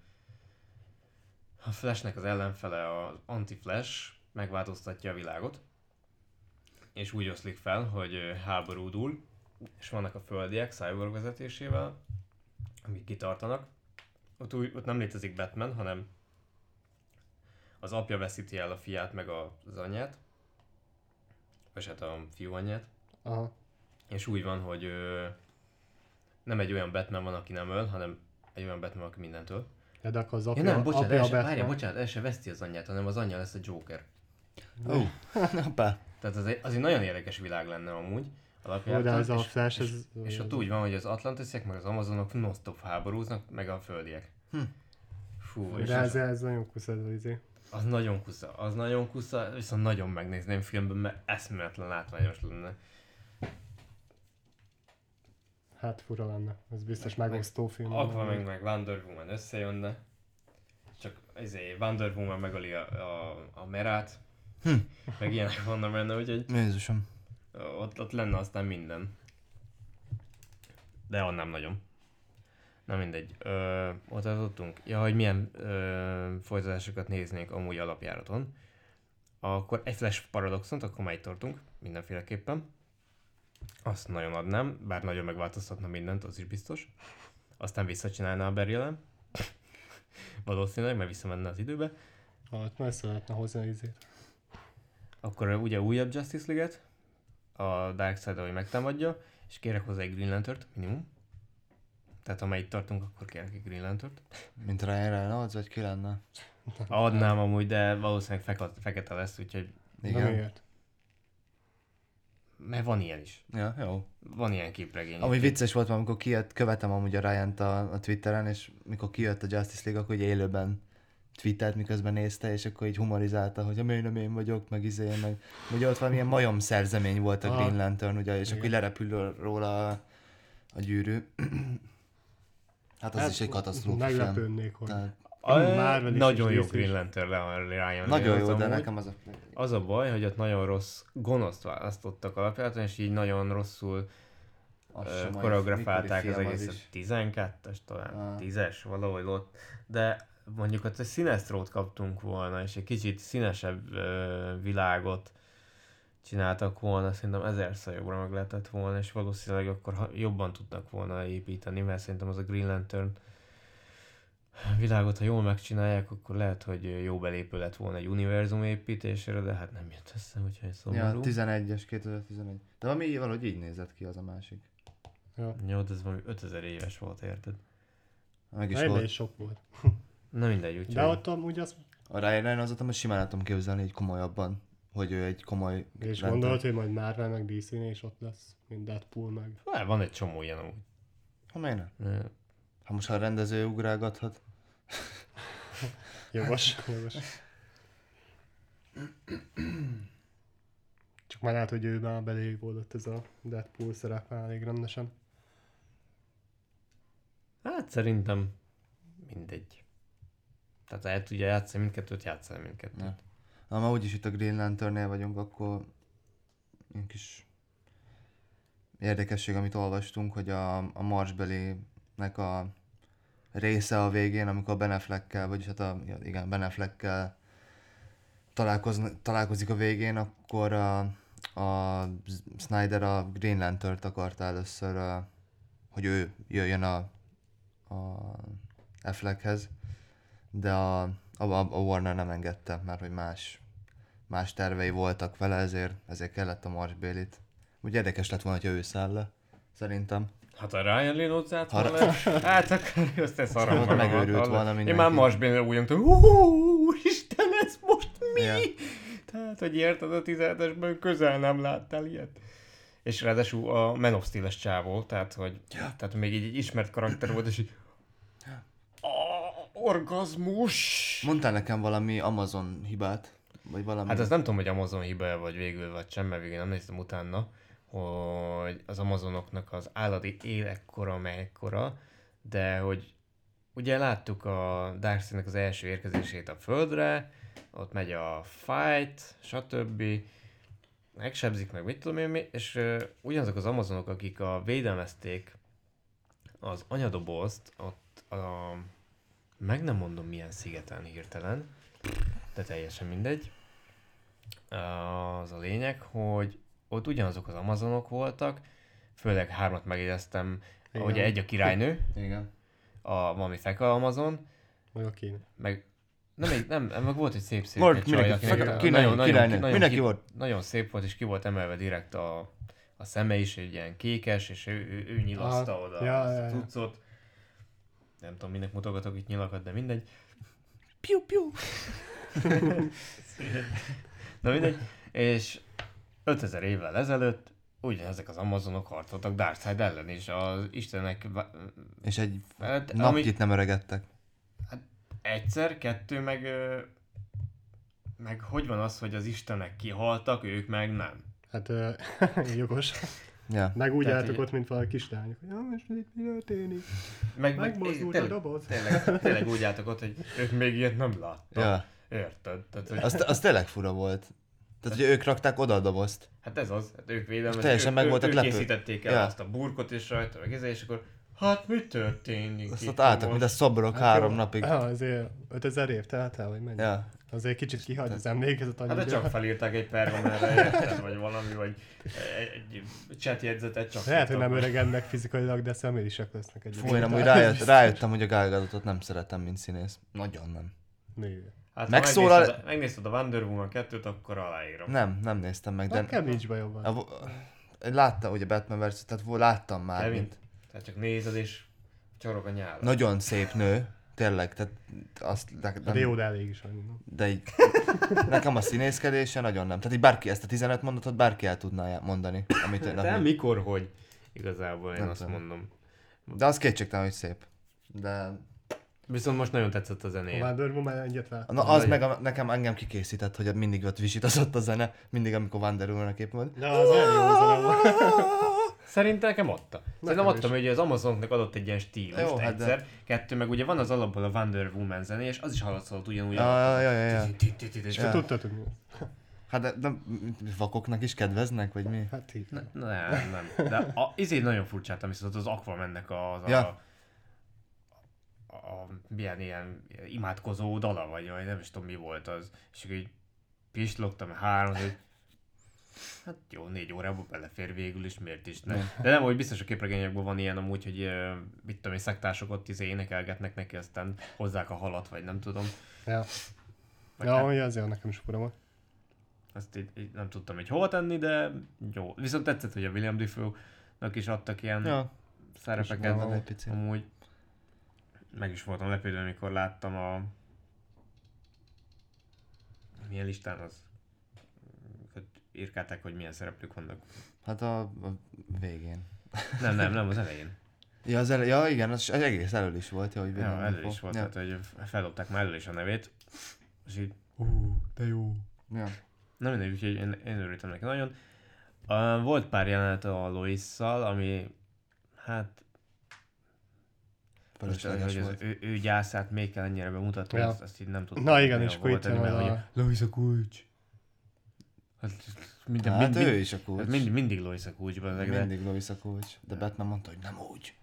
a Flashnek az ellenfele az Anti-Flash megváltoztatja a világot. És úgy oszlik fel, hogy háború dúl, és vannak a földiek Cyborg vezetésével, amik kitartanak. Ott nem létezik Batman, hanem az apja veszíti el a fiát meg az anyját, vagy hát a fiú anyját. Aha. És úgy van, hogy nem egy olyan Batman van, aki nem öl, hanem egy olyan Batman, aki mindentől. Ja, de akkor az Ja apja, nem, bocsánat, Batman. bocsánat, el se veszti az anyját, hanem az anyja lesz a Joker. Hoppá. Tehát az egy nagyon érdekes világ lenne amúgy. Alapjában, De ez a Flash, és ott úgy van, hogy az Atlantisziek meg az Amazonok non-stop háborúznak, meg a földiek. Fú, és De ez nagyon kuszad, izé. az nagyon kusza, viszont nagyon megnézném filmben, mert eszméletlen látványos lenne. Hát fura lenne. Ez biztos megosztó film. Aquaman meg Wonder Woman összejönne. Csak Wonder Woman megöli a Merát. Meg ilyenek vannak benne, úgyhogy Jézusom. ott lenne aztán minden. de annám nagyon. Na mindegy. Ott adottunk. Ja, hogy milyen folytatásokat néznénk amúgy alapjáraton. Akkor egy Flash Paradoxont, akkor már itt tartunk, mindenféleképpen. Azt nagyon adnám, bár nagyon megváltoztatna mindent, az is biztos. Aztán visszacsinálná a Barry-elem. Valószínűleg, mert visszamenne az időbe. Hát messze lehetne hozni az izét. Akkor ugye újabb Justice League-et, a Darkseid, ahogy megtámadja, és kérek hozzá egy Green Lantern-t, minimum. Tehát ha már itt tartunk, akkor kérek egy Green Lantern-t. Mint Ryan Reynolds, vagy ki lenne? Adnám amúgy, de valószínűleg fekete lesz, úgyhogy... De Igen. miért? Mert van ilyen is. Ja, jó. Van ilyen képregény. Ami vicces volt, amikor kijött, követem amúgy a Ryant a Twitteren, és mikor kijött a Justice League, akkor ugye élőben twittert, miközben nézte, és akkor így humorizálta, hogy miért nem én vagyok, meg meg ugye ott valamilyen majom szerzemény volt a Green Lantern, ugye, és akkor így lerepül róla a gyűrű. Hát az is egy katasztrófa film. Meglepődnék, hogy... Tehát Marvel is nagyon is jó részt Green is. Lantern Ryan nagyon jó, Reynolds de amúgy. nekem Az a baj, hogy ott nagyon rossz gonoszt választottak alapjáraton, és így nagyon rosszul koreografálták az egészet. 12-es talán, 10-es, valahogy ott. De mondjuk ott egy Sinestrót kaptunk volna, és egy kicsit színesebb világot csináltak volna, szerintem 1000-szer jobbra meg lehetett volna, és valószínűleg akkor jobban tudnak volna építeni, mert szerintem az a Green Lantern világot, ha jól megcsinálják, akkor lehet, hogy jó belépő lett volna egy univerzum építésére, de hát nem jött össze, úgyhogy Ja, szomorú. 11-es, 2011. De valami valahogy így nézett ki az a másik. Jó, de ez valami 5000 éves volt, érted? Meg is Egyben volt. is sok volt. Na mindegy, úgyhogy... De ott amúgy az... A Ryan Reynolds-ot most simán tudom képzelni egy komolyabban, hogy ő egy komoly... És Lantern. gondolod, hogy majd Marvel meg DC-nél is ott lesz, mint Deadpool meg... Van egy csomó ilyen amúgy. Ha miért nem? Ha most a rendező ugrálgathat. Jogos. Csak már lehet, hogy ő már belégódott ez a Deadpool szerep elég rendesen. Hát szerintem mindegy. Tehát el tudja játszani mindkettőt, játszani mindkettőt. Ja. Na, már úgyis itt a Green Lanternnél vagyunk, akkor ilyen kis érdekesség, amit olvastunk, hogy a Marsbeli-nek a része a végén, amikor Ben Affleckkel, vagyis hát igen, Ben Affleckkel találkozik a végén, akkor a Snyder a Green Lanternt akart először, hogy ő jöjjön a Affleckhez, de a Warner nem engedte, mert hogy más tervei voltak vele, ezért kellett a Marsbélit. Úgy érdekes lett volna, hogy ő száll le, szerintem. Hát a Ryan Reynolds állt volna, hát akkor össze szarom Szóval megőrült volna Én mindenki. már Marsbénre úgy nyomtam, Isten, ez most mi? Ja. Tehát, hogy érted, a 17-esben közel nem láttál ilyet. És ráadásul a Man of Steel-es csávó, tehát, hogy tehát még így egy ismert karakter volt, és így orgazmus! Mondtál nekem valami Amazon hibát? Vagy valami... Hát azt nem tudom, hogy Amazon hiba vagy végül, vagy sem, mert végül nem néztem utána, hogy az Amazonoknak az állati életkora mekkora, de hogy ugye láttuk a Darkseidnek az első érkezését a Földre, ott megy a fight, stb. Megsebzik, meg mit tudom én mi, és ugyanazok az Amazonok, akik védelmezték az anyadobozt, ott meg nem mondom milyen szigeten hirtelen, de teljesen mindegy. Az a lényeg, hogy ott ugyanazok az Amazonok voltak, főleg 3 megjegyeztem, ugye egy a királynő, Igen. valami feka Amazon, Meg a Kína. meg meg volt egy szép Volt egy csaj, királynő. Mindenki volt. Nagyon szép volt, és ki volt emelve direkt a szeme is, egy ilyen kékes, és ő nyilaszta oda azt a cuccot. Nem tudom, minek mutogatok itt nyilakat, de mindegy. Piu, piu. Na mindegy. És 5000 évvel ezelőtt ugyanezek az Amazonok harcoltak Darkseid ellen, és az istenek... És egy Hát, napkit nem öregedtek. Egyszer, kettő, meg hogy van az, hogy az istenek kihaltak, ők meg nem? Hát jogos. Ja. Meg úgy Tehát álltak így- ott, mint valami kislányok. Ja, most itt mi történik? Meg Megmozdult a doboz. tényleg úgy álltak ott, hogy ők még ilyet nem láttak. Ja. Érted? Tehát, hogy Az tényleg fura volt. Tehát, hogy ők rakták oda a dobozt. Hát ez az, hát ők védelmezik, teljesen meg voltak ők lepő. készítették el Ja. azt a burkot és rajta, meg ezzel, és akkor hát mi történik Azt itt ott álltak, most? mint a szobrok 3 napig. Azért 5000 év telt el, vagy mennyi? Ja. Azért kicsit kihagy az emlékezet Hát de annyira. csak felírták egy pergamenre, érted, vagy valami, vagy egy chat jegyzetet csak Lehet, hogy írtak, nem vagy- öregednek fizikailag, de személyisek lesznek egy. Fú, én amúgy rájöttem, hogy a Gal Gadotot nem szeretem, mint színész. Nagyon nem. Nő. Hát Megszólal- ha megnézted a Wonder Woman 2-t, akkor aláírom. Nem néztem meg, de... Nekem nincs bajom van. Láttam ugye Batman versus, tehát láttam már, Kevin, mint tehát csak nézed és csorog a nyálad. nagyon szép nő, tényleg, tehát azt... De jó, de elég is annyi. De így, nekem a színészkedése nagyon nem. Tehát így bárki, ezt a 15 mondatot bárki el tudná mondani. Amit ő De mikor, hogy? Igazából én Nem azt tudom. mondom. De az kétségtelen, hogy szép. De Viszont most nagyon tetszett a A zenéje. Wonder Woman egyet lát. na, az meg nekem kikészített, hogy mindig ott visítozott a zene, mindig amikor Wonder Woman-a kép volt. De az nagyon jó zene volt. Szerintem nekem adta. Szerintem is. adta, hogy az Amazonnak adott egy ilyen stílust Jó, hát egyszer. Kettő, meg ugye van az alapból a Wonder Woman zené, és az is hallatszott ugyanúgy. Ja. És Ja. te tudtad, mi? Hát de vakoknak is kedveznek, vagy mi? Hát így. Nem. De izé nagyon furcsáltam, viszont az Aquamannek Ja. a ilyen imádkozó dala, vagy nem is tudom mi volt az. És akkor így pislogtam 3, hogy hát jó, 4 órába belefér végül is, miért is ne. De nem, hogy biztos a képregényekben van ilyen amúgy, hogy mit tudom én, szektások ott énekelgetnek neki, aztán hozzák a halat, vagy nem tudom. Ja. Vagy Ja, hát, hogy azért nekem is fura volt. azt így nem tudtam, hogy hova tenni, de jó. Viszont tetszett, hogy a William Dafoe-nak is adtak ilyen Ja. szerepeket. Van egy pici. Amúgy meg is voltam lepődve, amikor láttam a... Milyen listán az? Hogy írkálták, hogy milyen szereplők vannak. Hát a végén. Nem, az elején. Ja, igen, az egész elől is volt, hogy Ja, elő is volt, Ja. tehát hogy feldobták már elő is a nevét. És így, De jó. Ja. na mindegy, úgyhogy én örültem neki nagyon. Volt pár jelenet a Lois-szal, ami hát most, Fölösleges hogy volt. ő gyászát még kell ennyire bemutatni, Ja. azt így nem tudtam. Na igen, hogy és akkor hova itt jön tenni, mert az hogy a... Lois a kulcs. Hát, Hát ő is a kulcs. mindig Lois a kulcsban. Mindig Lois a kulcs. De Batman mondta, hogy nem úgy.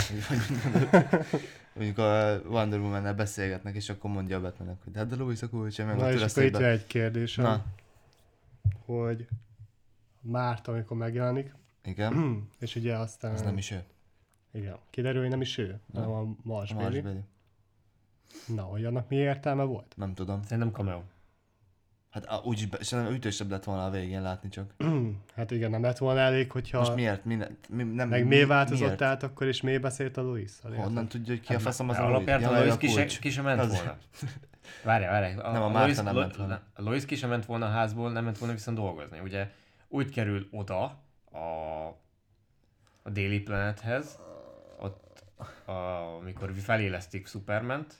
Mondjuk a Wonder Woman-nel beszélgetnek, és akkor mondja a Batmannek, hogy hát de Lois a kulcs, meg Na ott és ül a akkor itt székben. jön egy kérdésem, Na, hogy Márta, amikor megjelenik, igen, és ugye aztán... az nem is ő. Igen, kiderül, hogy nem is ő, hanem a A Marsbéli. Marsbéli. Na, hogy annak mi értelme volt? Nem tudom. Szerintem cameo. Hát úgyis szerintem ütősebb lett volna a végén látni csak. Hát igen, nem lett volna elég, hogyha... Most miért? Nem, Meg miért változott miért? át akkor, és miért beszélt a Louis-szal? Honnan tudja, hogy ki a faszom az a Alapján a Lois? Lois Ja, ki sem ment Az- volna. Várjál. Nem, a Márta nem ment volna. A Lois ki sem ment volna a házból, nem ment volna viszont dolgozni. Ugye úgy kerül oda a Daily Planethez, ott amikor felélesztik Supermant,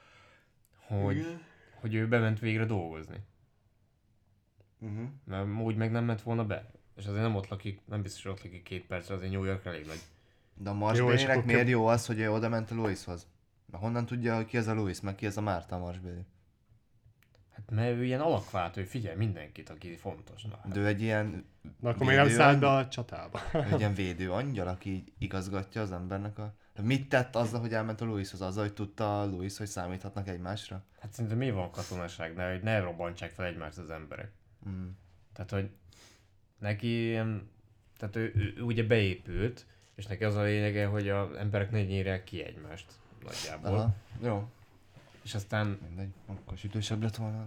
hogy ő bement végre dolgozni. Uh-huh. Mert úgy meg nem ment volna be. És azért nem ott lakik, nem biztos, hogy ott lakik 2 percre, azért New York elég nagy. De a Jó, és Marsbélinek akkor miért jó az, hogy ő oda ment a Loishoz? Mert honnan tudja, hogy ki az a Lois, meg ki az a Márta a Marsbéli? Hát mert ő ilyen alakváltó, ő figyel mindenkit, aki fontos. Na, hát. De ő egy ilyen, Na akkor még nem Védő szállt be a csatába. egy ilyen védő angyal, aki így igazgatja az embernek a... Mit tett azzal, hogy elment a Loishoz? Azzal, hogy tudta a Lois, hogy számíthatnak egymásra? Hát szerintem mi van katonaság, de hogy ne robbantsák fel egymást az emberek. Mm. Tehát, hogy neki ilyen, tehát ő ugye beépült, és neki az a lényege, hogy az emberek ne nyírják ki egymást nagyjából. Aha, jó. És aztán, Mindegy, akkor sütősebb lett volna.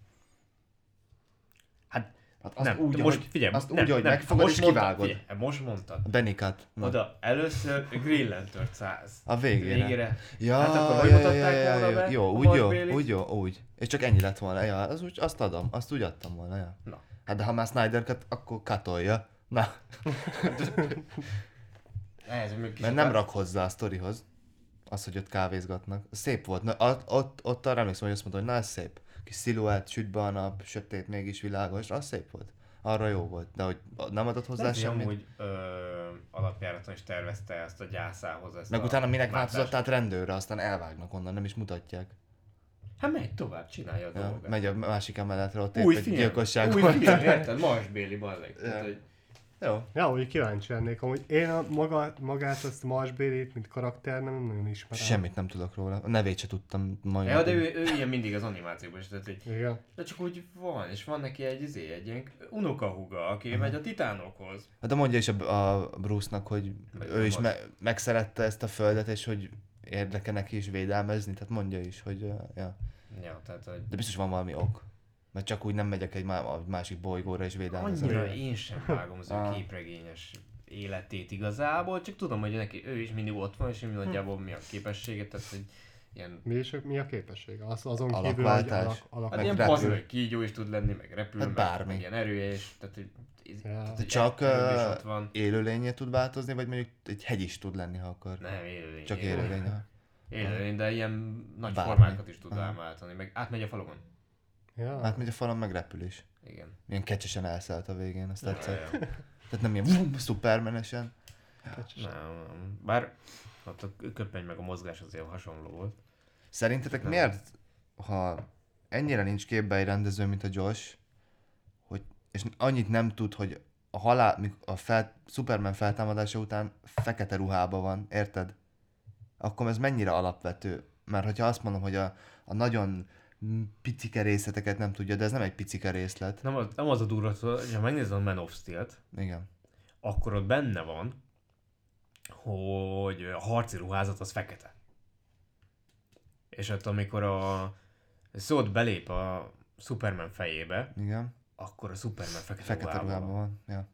hát Hát nem, úgy, most ahogy, figyelj, azt nem, úgy, ahogy nem, megfogod most és mondtad, kivágod. figyelj, most mondtad. A Benicat. Oda először Green Lantern 100. A végére. Ja, Hát akkor hogy mutatták volna be Jó, a úgy jó, Marsbélit? úgy jó, úgy. És csak ennyi lett volna, ja, az úgy, azt adom, azt úgy adtam volna, ja. Na. Hát de ha már Snyder cut, akkor katolja. Na, Ez még mert kicsit nem rak hozzá a sztorihoz. Az, hogy ott kávézgatnak. Szép volt. Na, ott arra emlékszem, hogy azt mondta, hogy na ez szép. Kis sziluett, süt be a nap, sötét, mégis világos. Az szép volt. Arra jó volt. De hogy nem adott hozzá lehet, hogy semmit. amúgy alapjáraton is tervezte ezt a gyászához. Ezt Meg a utána minek váltást. változott át rendőrre, aztán elvágnak onnan, nem is mutatják. Hát megy tovább, csinálja a dolgát. Megy a másik emeletre, ott Új épp egy film, gyilkosság új van. film, érted? Marsbéli balleg. Tehát, hogy Jó. Ja, úgy kíváncsi lennék. Amúgy én magát azt a Marsbélit, mint karakter nem nagyon ismerem. Semmit nem tudok róla. A nevét se tudtam majd. ja, de ő ilyen mindig az animációban is, tehát, hogy Igen. de csak úgy van, és van neki egy ilyen unokahúga, aki megy a titánokhoz. Hát de mondja is a Bruce-nak, hogy Meg ő is az. megszerette ezt a földet, és hogy érdeke neki is védelmezni, tehát mondja is, hogy ja. Ja, tehát, hogy De biztos van valami ok. Mert csak úgy nem megyek egy másik bolygóra és védelmezem. annyira én sem vágom az ő Ah. képregényes életét igazából, csak tudom, hogy neki ő is mindig ott van, és mi nagyjából mi a képessége, tehát hogy ilyen Mi a képessége? Azon kívül, hogy Alakváltás. alak... hát Meg ilyen repül. pazar, hogy kígyó is tud lenni, meg repül, Hát meg, bármi. meg ilyen erője is, tehát hogy, Ja. hogy Csak erőd is ott van. élőlényé tud változni, vagy mondjuk egy hegy is tud lenni, ha akar. Nem, élőlény. Csak élőlény. ha. Élőlény, de ilyen nagy Bármi. formákat is tud Aha. elváltani, meg átmegy a falon. Ja. Átmegy a falon, meg repül is. Igen. Milyen kecsesen elszállt a végén, azt tetszett. Ja. Tehát nem ilyen szupermenesen. Nem, bár ott a köpeny meg a mozgás azért hasonló volt. Szerintetek Nem. miért, ha ennyire nincs képbe egy rendező, mint a Josh, hogy, és annyit nem tud, hogy Superman feltámadása után fekete ruhában van, érted? Akkor ez mennyire alapvető? Mert hogyha azt mondom, hogy a nagyon picike részleteket nem tudja, de ez nem egy picike részlet. Nem az a durva, hogy ha megnézed a Man of Steel-t, Igen. akkor ott benne van, hogy a harci ruházat az fekete. És ott amikor a szót belép a Superman fejébe, Igen. akkor a Superman fekete Fekete ruhában ruhában van. van.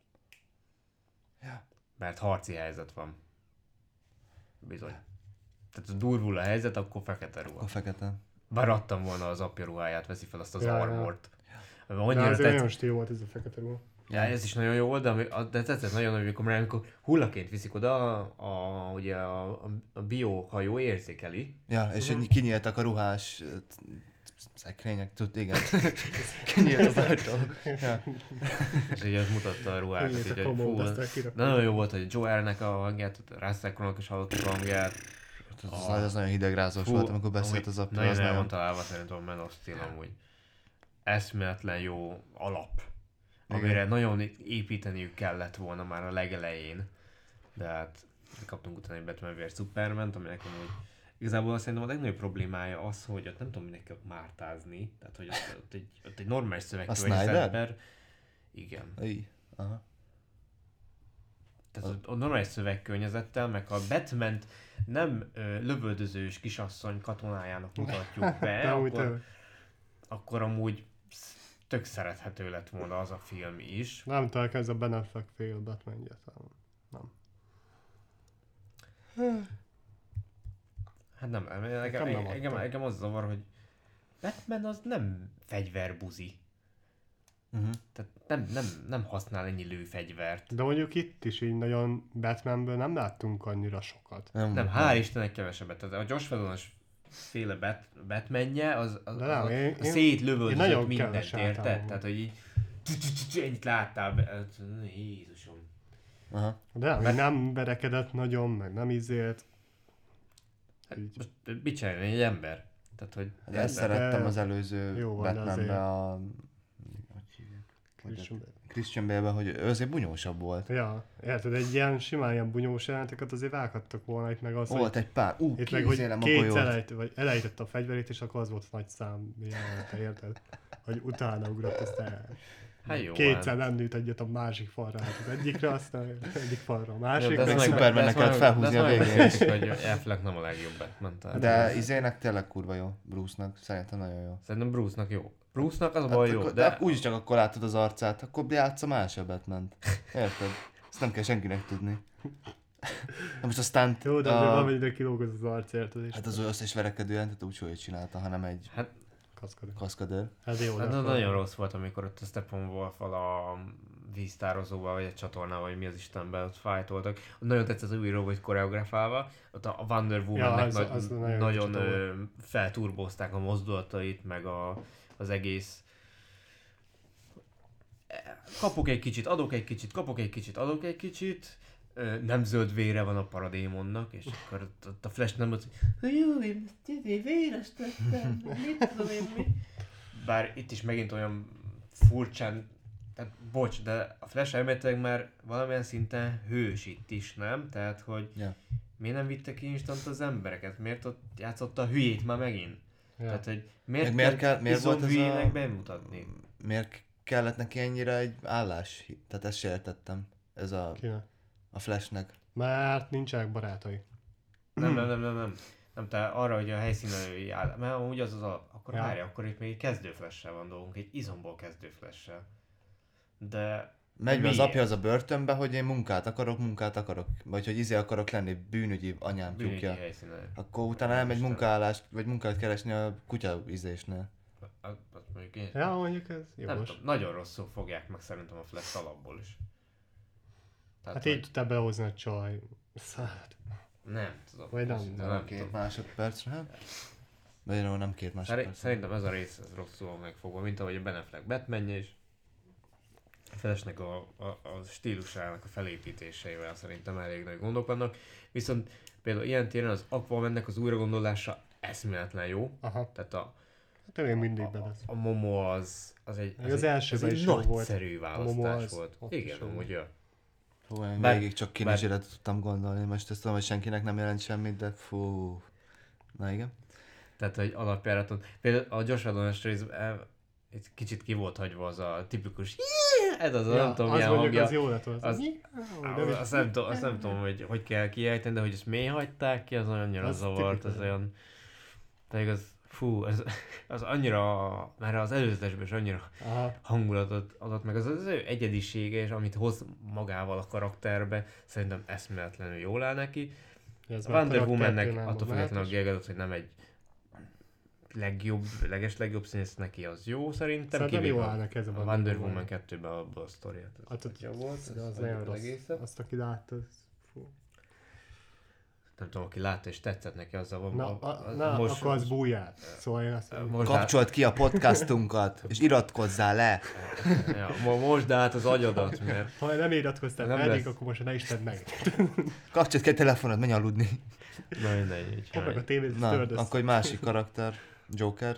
Ja. Mert harci helyzet van. Bizony. Tehát durvul a helyzet, akkor fekete ruha. A fekete. Bár adtam volna az apja ruháját, veszi fel azt az Ja, ja. armort. De Annyira azért tetsz... nagyon stíl volt ez a fekete ruha. Ja, ez is nagyon jó volt, de tetszett nagyon, amikor hullaként viszik oda, ugye a biohajó érzékeli. Ja, és kinyíltak a ruhás szekrények, igen. Kinyílt az ajtó. Ja. És így az mutatta a ruhákat, Kinyílt így, a hogy komót, fú, aztán kirakták. de nagyon jó volt, hogy Joelnek a hangját, Russell Crowe-nak is hallottuk a hangját. Az nagyon hidegrázós volt, amikor beszélt amúgy az apja. Nagyon Az el van nagyon... találva szerintem a Man of Steel amúgy. Eszméletlen jó alap, Igen. amire nagyon építeniük kellett volna már a legelején. De hát kaptunk utána egy Batman vs Superman-t, aminek amúgy igazából szerintem a legnagyobb problémája az, hogy ott nem tudom minek kell mártázni, tehát hogy ott egy normális Snyder? ember. Igen. Így. Aha. Tehát a normális szövegkörnyezettel, meg ha a Batman-t nem lövöldözős kisasszony katonájának mutatjuk be, De úgy akkor amúgy tök szerethető lett volna az a film is. nem találkozik ez a Ben Affleck fél Batman-je. Nem. Hát nem, Nekem nem adta. engem az zavar, hogy Batman az nem fegyverbuzi. Tehát nem használ ennyi lőfegyvert. De mondjuk itt is így nagyon Batmanből nem láttunk annyira sokat. Nem, hál' Istennek kevesebbet. Tehát a Josh Whedon-os féle Batmanje, az De nem, én szétlövöldözött nagyon mindent, keveset érted? állom. Tehát, hogy így ennyit láttál, Jézusom. Aha. De nem, nem verekedett nagyon, meg nem izélt. Így. Most mit csinálni egy ember? Tehát, hogy De ezt szerettem De- az előző jó van, de Batmanbe azért- a... Hogy hívják? Christian Bale. Christian Bale-ben, hogy ő azért bunyósabb volt. Ja, érted, egy ilyen simán ilyen bunyós jelenteket azért vághattak volna itt meg az, Volt egy pár. itt meg, hogy kézélem a kétszer golyót. elejtette a fegyverét, és akkor az volt a nagy szám jelenete, érted? Hogy utána ugrott, aztán hát jó, kétszer nem nőtt egyet a másik falra, hát az egyikre, aztán egyik falra a másik. ez meg Supermannek kellett felhúzni a végén is. Hogy Affleck nem a legjobb Batman. Tehát De izének tényleg kurva jó. Bruce-nak. Szerintem nagyon jó. szerintem Bruce-nak jó. Bruce-nak az a baj jó, akkor, de úgyis csak akkor látod az arcát, akkor játsza más a Batman-t. Érted? Ezt nem kell senkinek tudni. Na most aztán... Jó, de azért valamennyire kilóg az arc, érted? És Hát az összes verekedő jelentet úgy, hogy csinálta, hanem egy hát kaszkadő. kaszkadőr. Hát jó, de Hát akkor- nagyon rossz volt, amikor ott a Steppenwolf-val a víztározóval, vagy egy csatornával, vagy mi az Istenben ott fájtoltak. Nagyon tetszett az új robot koreografálva. Ott a Wonder Woman-nek Ja, az nagyon jó nagyon csata felturbozták a mozdulatait, meg az egész. Kapok egy kicsit, adok egy kicsit, kapok egy kicsit, adok egy kicsit. nem zöld vére van a paradémonnak, és akkor ott a Flash nem mondta, hogy jó, én ezt véres tettem, mit tudom én mi. Bár itt is megint olyan furcsán, tehát bocs, de a Flash elméletileg már valamilyen szinten hős itt is, nem? Tehát, hogy miért nem vittek ki instant az embereket? Miért ott játszotta a hülyét már megint? Ja. Tehát, hogy miért miért volt ez hülyének bemutatni? Miért kellett neki ennyire egy állás? Tehát ezt se értettem. Ez Kinek? a Flashnek. Mert nincsenek barátai. Nem, te arra, hogy a helyszínelői áll, mert amúgy akkor várja, akkor itt még egy kezdő Flash-sel van dolgunk, egy izomból kezdő Flash-sel. De Megy be az miért? apja az a börtönbe, hogy én munkát akarok, vagy hogy akarok lenni, bűnügyi anyám Bűnügyi tyúkja. helyszínelő. Akkor utána elmegy munkaállást, vagy munkát keresni a kutya ízésnél. Azt mondjuk én Ja, mondjuk ez nem jogos. tudom, nagyon rosszul fogják meg szerintem a Flash alapból is. Tehát, Hát így tudtál behozni a csaj. Szállt. nem tudom. Vagy nem. Őszintén Nem tudom. 2 másodpercre, hát? Vagy jó, nem 2 másodperc. Szerintem ez a rész ez rosszul van megfogva, mint ahogy a Ben Affleck Batmanje is. A Flashnek a stílusának a felépítéseivel szerintem elég nagy gondok vannak. Viszont például ilyen téren az Aquamannek az újragondolása eszméletlen jó. Aha. Tehát a Hát én mindig bevesz. a Momo az egy, Az elsőben egy is jó volt. nagyszerű A Momo választás az volt. ott is Igen, jó amúgy jó. Hú, én Bár- végig csak Kinizsire tudtam gondolni, most ezt tudom, hogy senkinek nem jelent semmit, de fú. Na igen. Tehát, hogy alapjáraton. Például a Josh Whedon-es részben egy kicsit ki volt hagyva az a tipikus ez az, nem tudom, az milyen mondjuk hangja. az jó lett volna. Azt nem tudom, hogy kell kiejteni, de hogy ezt miért hagyták ki, az annyira Az zavart, tipikus. az olyan... Pedig az annyira, már az előzetesben is annyira Aha. hangulatot adott meg, az ő egyedisége, és amit hoz magával a karakterbe, szerintem eszméletlenül jól áll neki. Ez A már Wonder karakter Womannek tőlem attól van, függetlenül hát, Gal hogy nem egy legjobb színész neki, az jó szerintem. Szerintem kivéve jó áll neki ez a a Wonder Wonder Woman. Woman 2-ben abból a sztoriát. Hát ott jó volt, de az ez nagyon rossz. egészet. Azt, aki látta, az... Fú. Nem tudom, aki látta és tetszett neki, azzal van. Na, akkor az bújjál. Szóval én azt mondom, Kapcsolt ki a podcastunkat, és iratkozzál le. Most át az agyadat, mert ha nem iratkoztál Nem eddig, lesz. akkor most ne is tedd meg. Kapcsolt ki a telefonod, menj aludni. na mindegy, így Fogd meg a tévét, Na, törd akkor egy másik karakter. Joker.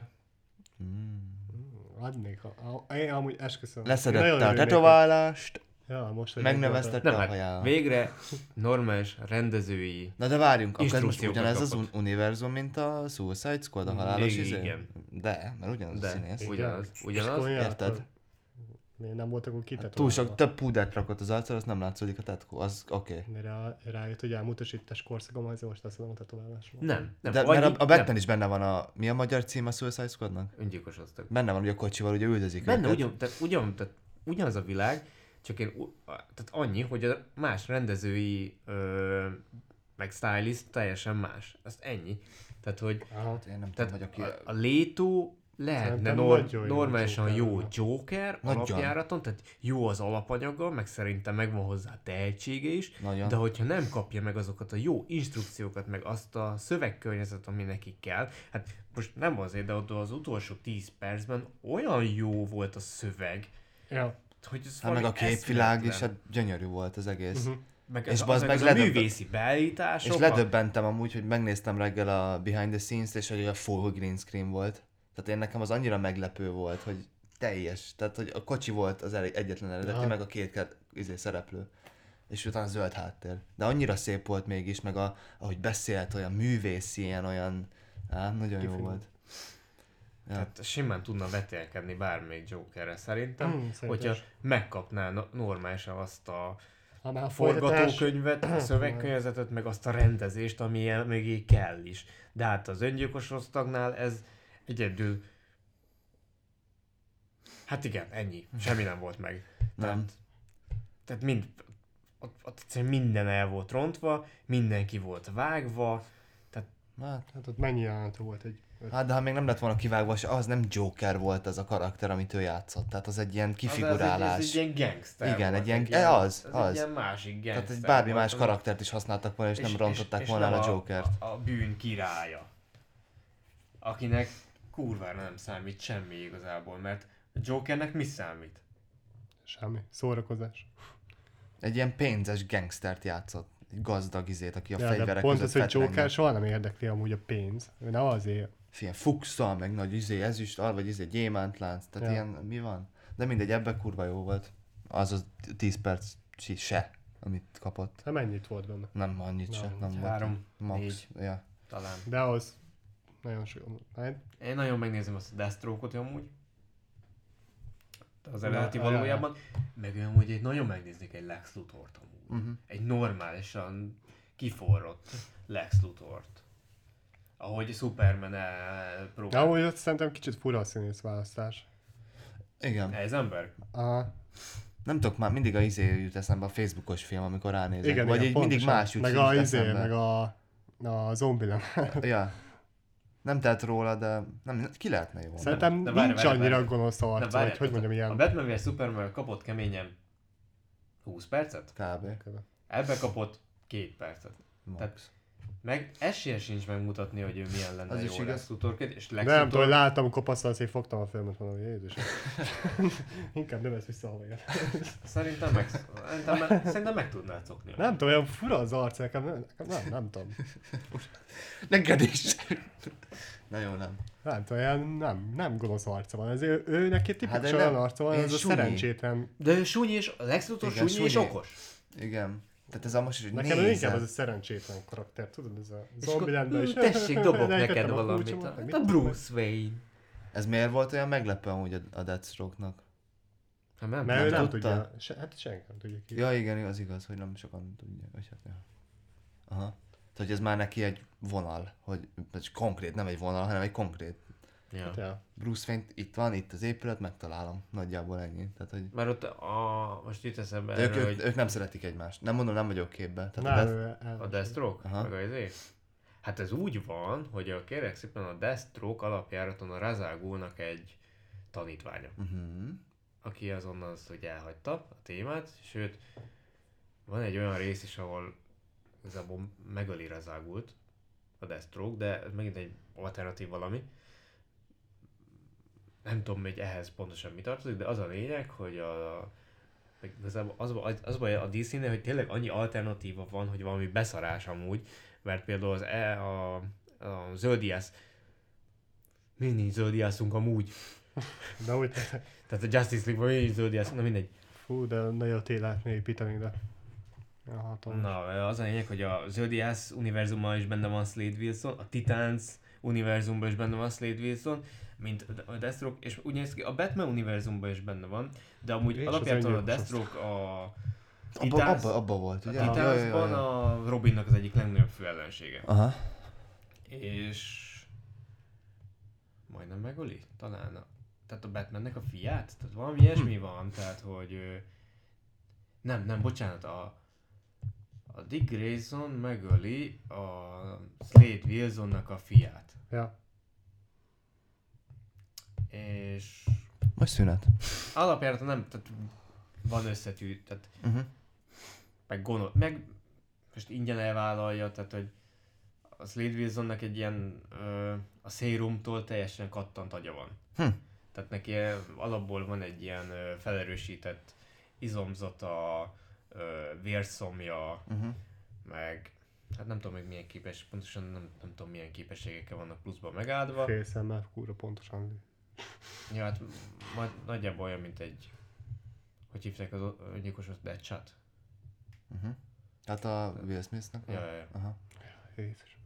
Adnék. Én amúgy esküszöm. Én Leszedette nagyon a örülnék, tetoválást, Ja, most, hogy megneveztette Nem, a hát hajára. végre normális rendezői. Na de várjunk, akkor ez most Instrukciókat ugyanez az kapott. univerzum, mint a Suicide Squad, a halálos izé? Igen. De, mert ugyanaz a De, színész. ugyanaz. Érted? Miért nem voltak akkor kitetolva? Túl sok, több púdert rakott az arcára, az nem látszódik a tetkó, az oké. Rájött, hogy elmutasítás korszagom, ezért most azt mondom, a tetoválás van. Nem. De mert a Batman is benne van a... Mi a magyar cím a Suicide Squadnak? Öngyilkosoztak. Benne van, hogy a kocsival ugye üldözik Benne őket. tehát ugyanaz a világ, csak tehát annyi, hogy a más rendezői meg stylist teljesen más. Ezt ennyi. Tehát, hogy Aha. Én nem tudom, tehát hogy a Leto lehetne Szerintem nagyon jó normálisan Joker jó lenne. Joker Nagyon. alapjáraton, tehát jó az alapanyaga, meg szerintem megvan hozzá a tehetsége is, Nagyon. de hogyha nem kapja meg azokat a jó instrukciókat, meg azt a szövegkörnyezetet, ami neki kell, hát most nem azért, de ott az utolsó 10 percben olyan jó volt a szöveg, Ja. hogy ez Hát meg a valami képvilág is, eszméletlen. hát gyönyörű volt az egész. Meg és és bazd meg a ledöbb- művészi beállítások. És ledöbbentem amúgy, hogy megnéztem reggel a Behind the Scenes-t, és hogy a full green screen volt. Tehát én nekem az annyira meglepő volt, hogy teljes. Tehát, hogy a kocsi volt az egyetlen eredeti, Aha. meg a két szereplő. És utána zöld háttér. De annyira szép volt mégis, meg ahogy beszélt, olyan művészi, olyan... nagyon jó Kifinom. volt. Ja. Tehát simán tudna vetélkedni bármelyik Jokerre szerintem, Szerintem hogyha is. megkapná normálisan azt a Ha már a folytatás... forgatókönyvet, a szövegkörnyezetet, meg azt a rendezést, ami mögé kell is. De hát az öngyilkos osztagnál ez egyedül... Hát igen, ennyi. Semmi nem volt meg. Nem. Tehát ott egyszerűen minden el volt rontva, mindenki volt vágva, Hát ott mennyi jelenet volt egy... Hát de ha még nem lett volna kivágva, az nem Joker volt az a karakter, amit ő játszott. Tehát az egy ilyen kifigurálás. Ez egy ilyen gangster Igen, volt, egy ilyen- ez az. egy ilyen másik gangster. Tehát egy bármi volt, más az- karaktert is használtak volna, és nem rontották volna nem el a Jokert. A bűn királya. Akinek kurvára nem számít semmi igazából, mert a Jokernek mi számít? Semmi. Szórakozás. Egy ilyen pénzes gangstert játszott. Egy gazdag izét, aki a Ja, de fegyverek pont között az, hogy fetrengett. Joker soha nem érdekli amúgy a pénz. Ő nem azért. Ilyen fuchsszal, meg nagy ezüst, vagy gyémántlánc, tehát Ja. ilyen, mi van? De mindegy, ebben kurva jó volt. Az 10 perc se, amit kapott. Nem ennyit volt benne. Nem annyit se, Nem, nem volt. 3, Max. 4 Ja. talán. De az nagyon sok. Hát, Én nagyon megnézem azt a Deathstroke-ot amúgy. Az Na, eredeti ajaj. valójában. Meg amúgy egy nagyon megnéznék egy Lex Luthort amúgy. Uh-huh. Egy normálisan kiforrott Lex Luthort. Ahogy Superman de próbál. amúgy ott szerintem kicsit fura a színész választás. Igen. Heisenberg? Aha. Nem tudok, már mindig a jut eszembe, a Facebookos film, amikor ránézek. Igen, vagy igen, így mindig pontosan. más jut meg a eszembe. meg a Zombieland. Ja. Nem tett róla, de nem, ki lehetne jó. Szerintem de várj, nincs várj, annyira várj. gonosz Na, arca, várj, vagy hogy mondjam, A ilyen. Batman vs Superman kapott keményen 20 percet? Kb. Ebbe kapott 2 percet. Max. Tehát meg esélye sincs megmutatni, hogy ő milyen lenne Az is jó igaz. Lex Luthorként, és Lex De nem tudom, Luthor... hogy láttam kopasztalsz, hogy fogtam a filmet, mondom, hogy Jézus. Inkább ne vesz vissza a véget. Szerintem meg tudnád szokni. Nem tudom, olyan fura az arc, nekem nem tudom. Neked is. Na jó, nem. Nem tudom, olyan nem gonosz arca van. Ezért ő neki Hát tipikus de olyan nem. arca van, Ilyen ez a sunyi. szerencsétlen. De ő súnyi és Lex Luthor Igen, súnyi és súnyi. okos. Igen. Tehát ez a most is, hogy Nekem ő nézem. inkább az a szerencsétlen karakter, tudod, ez a És akkor, Zombielandben is. tessék, dobok neked Elejtettem a valamit. kulcsomat, meg mit A tudom én. Bruce Wayne. Ez miért volt olyan meglepő amúgy a Deathstroke-nak? Hát nem, Mert ő nem tudta. tudja, hát senki nem tudja ki. Ja igen, az igaz, hogy nem sokan tudják. Vagy hát, ja. Aha. Tehát hogy ez már neki egy vonal, hogy ez konkrét, nem egy vonal, hanem egy konkrét. Ja. Ja. Bruce Wayne itt van, itt az épület, megtalálom. Nagyjából ennyi. Tehát, hogy Mert ott most itt eszembe de ők, erről, ők, hogy ők, nem szeretik egymást. Nem mondom, nem vagyok képben. Tehát Nem, a ő a Deathstroke, Aha. meg a izé. Hát ez úgy van, hogy kérlek szépen a Deathstroke alapjáraton a Ra's al Ghulnak egy tanítványa, aki azonnal azt, hogy elhagyta a témát, sőt, van egy olyan rész is, ahol igazából megöli Ra's al Ghult, a Deathstroke, de ez megint egy alternatív valami. Nem tudom, hogy ehhez pontosan mi tartozik, de az a lényeg, hogy igazából az baj a DC-nél, hogy tényleg annyi alternatíva van, hogy valami beszarás amúgy, mert például a zöldiász, mindig zöldiászunk amúgy, De úgy, tehát a Justice League-ban mindig zöldiászunk, na mindegy. fú, de nagyon lehetne építeni, de... Ja, hatalmas. Na, az a lényeg, hogy a Zodiac univerzumban is benne van Slade Wilson, a Titans univerzumban is benne van Slade Wilson, mint a Deathstroke, és úgy néz ki, a Batman univerzumban is benne van, de amúgy És az alapjáton a öngyilkos Deathstroke a Titans, Abba volt, a ugye? Titansban a Robinnak az egyik legnagyobb fő ellensége. Aha. És majdnem megöli? Talán tehát a Batmannek a fiát? Tehát valami ilyesmi van, tehát hogy nem, bocsánat, a Dick Grayson megöli a Slade Wilsonnak a fiát. Ja. Most És szünet. alapjáraton nem, tehát van összetűt, tehát meg gonosz, meg most ingyen elvállalja, tehát hogy a Slade Wilsonnak egy ilyen a szérumtól teljesen kattant agya van. Tehát neki alapból van egy ilyen felerősített izomzata, vérszomja, meg hát nem tudom még milyen pontosan nem tudom milyen képességekkel vannak pluszban megáldva. Fél szemmel, kúra pontosan. Ja, hát nagyjából olyan, mint egy, hogy hívták az öngyilkosot, Deadshot? Hát a Will Smith-nek? Ja. Aha. Jézus.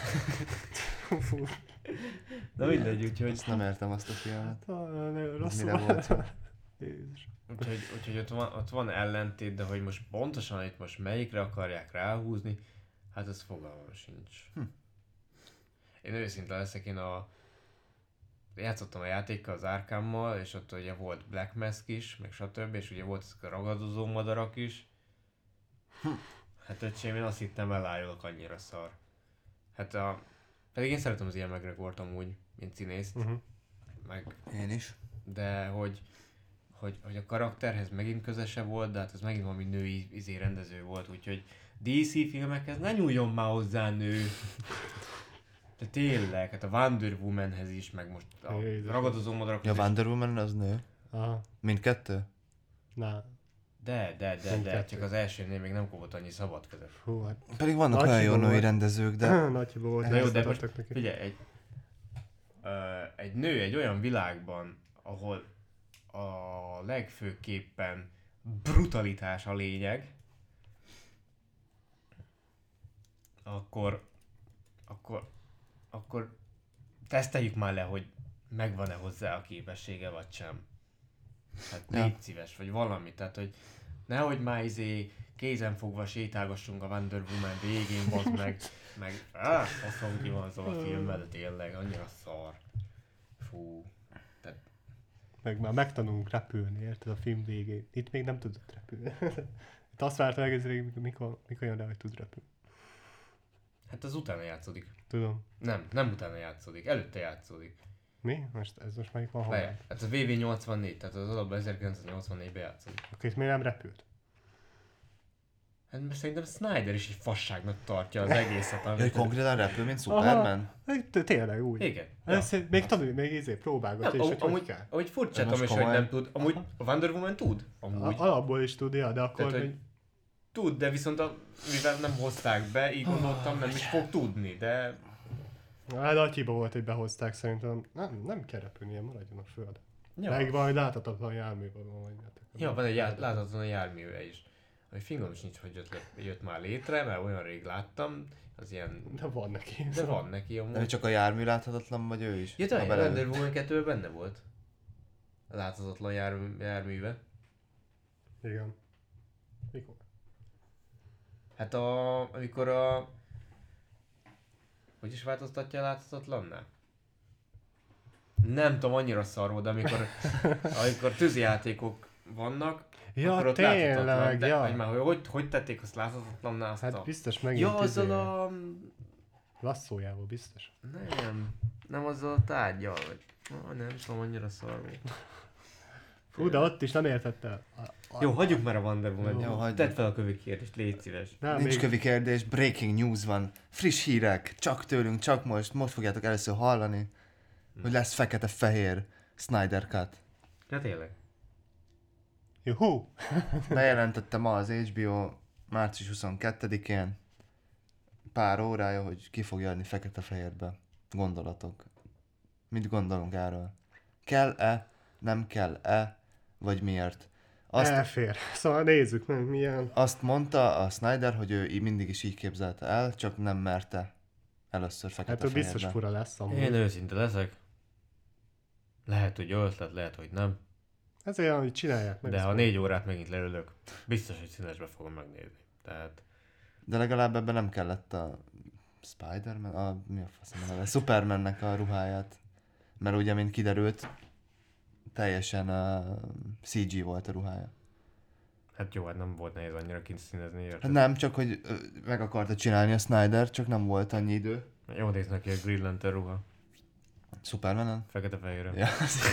Na mindegy, úgyhogy... Ezt nem értem azt a filmet. Nagyon rossz Mire volt? Jézus. Úgyhogy ott van ellentét, de hogy most pontosan itt most melyikre akarják ráhúzni, hát ez fogalmam sincs. Én őszinte leszek, játszottam a játékkal, az Arkhammal, és ott ugye volt Black Mask is, meg stb. És ugye volt ezek a ragadozó madarak is. Hát öcsém, én azt hittem elájulok, annyira szar. Hát pedig én szeretem az ilyen McGregort amúgy, mint színészt. Meg Én is. de hogy a karakterhez megint közese volt, de hát ez megint valami női rendező volt, úgyhogy DC filmekhez ne nyúljon már hozzá nő. De tényleg, hát a Wonder Womanhez is, meg most a Jézus. ragadozó madarakhoz Ja, is. Wonder Woman az nő. Aha. Mindkettő? Na, De, Mindkettő. csak az elsőnél még nem kapott annyi szabad kezet. Hú, hát Pedig vannak Nagy olyan jó hiba női volt. rendezők, de nagy hiba volt. De jó, ezt de adtak most neki. figyelj, egy nő egy olyan világban, ahol a legfőképpen brutalitás a lényeg, akkor teszteljük már le, hogy megvan-e hozzá a képessége, vagy sem. Hát Ja. légy szíves, vagy valami. Tehát, hogy nehogy már kézenfogva sétálgassunk a Wonder Woman végén, bazd meg faszom ki van az a filmmel, de tényleg annyira szar. Fú. Meg már megtanulunk repülni, érted, a film végén. Itt még nem tudott repülni. Itt azt vártam egész végig, mikor jön el, hogy tud repülni. Hát az utána játszódik. Tudom. Nem utána játszódik, előtte játszódik. Mi? Ez most melyik van hol? Várjál, hát a VV84, tehát az alapban 1984-ben játszódik. Akkor itt még nem repült. Hát most szerintem Snyder is egy fasságnak tartja az egészet, hogy amit... konkrétan repül, mint Superman. Tényleg úgy. Igen. Először még tanulj, még próbálgatja, és hogy amúgy, kell. ahogy furcsátom most is, hogy komolyan? nem tud. Amúgy a Wonder Woman tud? Amúgy. Alapból is tudja, de akkor Tehát, hogy még... Tud, de viszont mivel nem hozták be, így gondoltam, nem is fog tudni, de... Hát nagy hiba volt, hogy behozták, szerintem nem kell repülnie, maradjon a föld. Ja, Meg valami láthatatlan járművel van, vagy ja van egy láthatatlan járműve is. Ami fingom is nincs, hogy jött már létre, mert olyan rég láttam, az ilyen... De van neki. De van neki amúgy. Nem csak a jármű láthatatlan, vagy ő is? Ja, Ha talán a bele- Wonder Woman 2-ben benne volt. A láthatatlan járműve. Igen. Mikor? Hát amikor hogy is változtatja a láthatatlanná? Nem tudom, annyira szar volt, de amikor tűzijátékok vannak, Ja, akkor ott tényleg, láthatatlan, de, ja. hogy már hogy tették azt láthatatlanná azt Hát biztos megint Ja, azzal a... lasszójával biztos. Nem azzal a tárgyal, vagy... Nem tudom, annyira szar volt. Fú, de ott is nem értette. Jó, hagyjuk már a Wonder Woman. Jó, hagyjuk. Tedd fel a kövi kérdést, légy szíves. Nem, Nincs még... kövi kérdés, breaking news van. Friss hírek, csak tőlünk, csak most fogjátok először hallani, hogy lesz fekete-fehér Snyder Cut. Ja, tényleg. Juhú! Bejelentette ma az HBO március 22-én pár órája, hogy ki fogja adni fekete-fehérbe. Gondolatok. Mit gondolunk erről? Kell-e, nem kell-e, vagy miért? Elfér. Szóval nézzük meg milyen. Azt mondta a Snyder, hogy ő mindig is így képzelte el, csak nem merte először Hát ő fekete-fehérbe. biztos fura lesz amúgy. Én őszinte leszek. Lehet, hogy jó ötlet, lehet, hogy nem. Ez olyan, hogy csinálják meg. De ezt ha meg. 4 órát megint leülök, biztos, hogy színesbe fogom megnézni. Tehát... De legalább ebben nem kellett a Spider-Man, mi a faszom a neve? Supermannek a ruháját. Mert ugye, mint kiderült, teljesen CG volt a ruhája. Hát jó, hát nem volt nehéz annyira kint színezni, érted? Hát nem, csak hogy meg akarta csinálni a Snyder, csak nem volt annyi idő. Jó néz neki a Green Lantern ruha. Supermanen? Fekete-fehérre. Ja.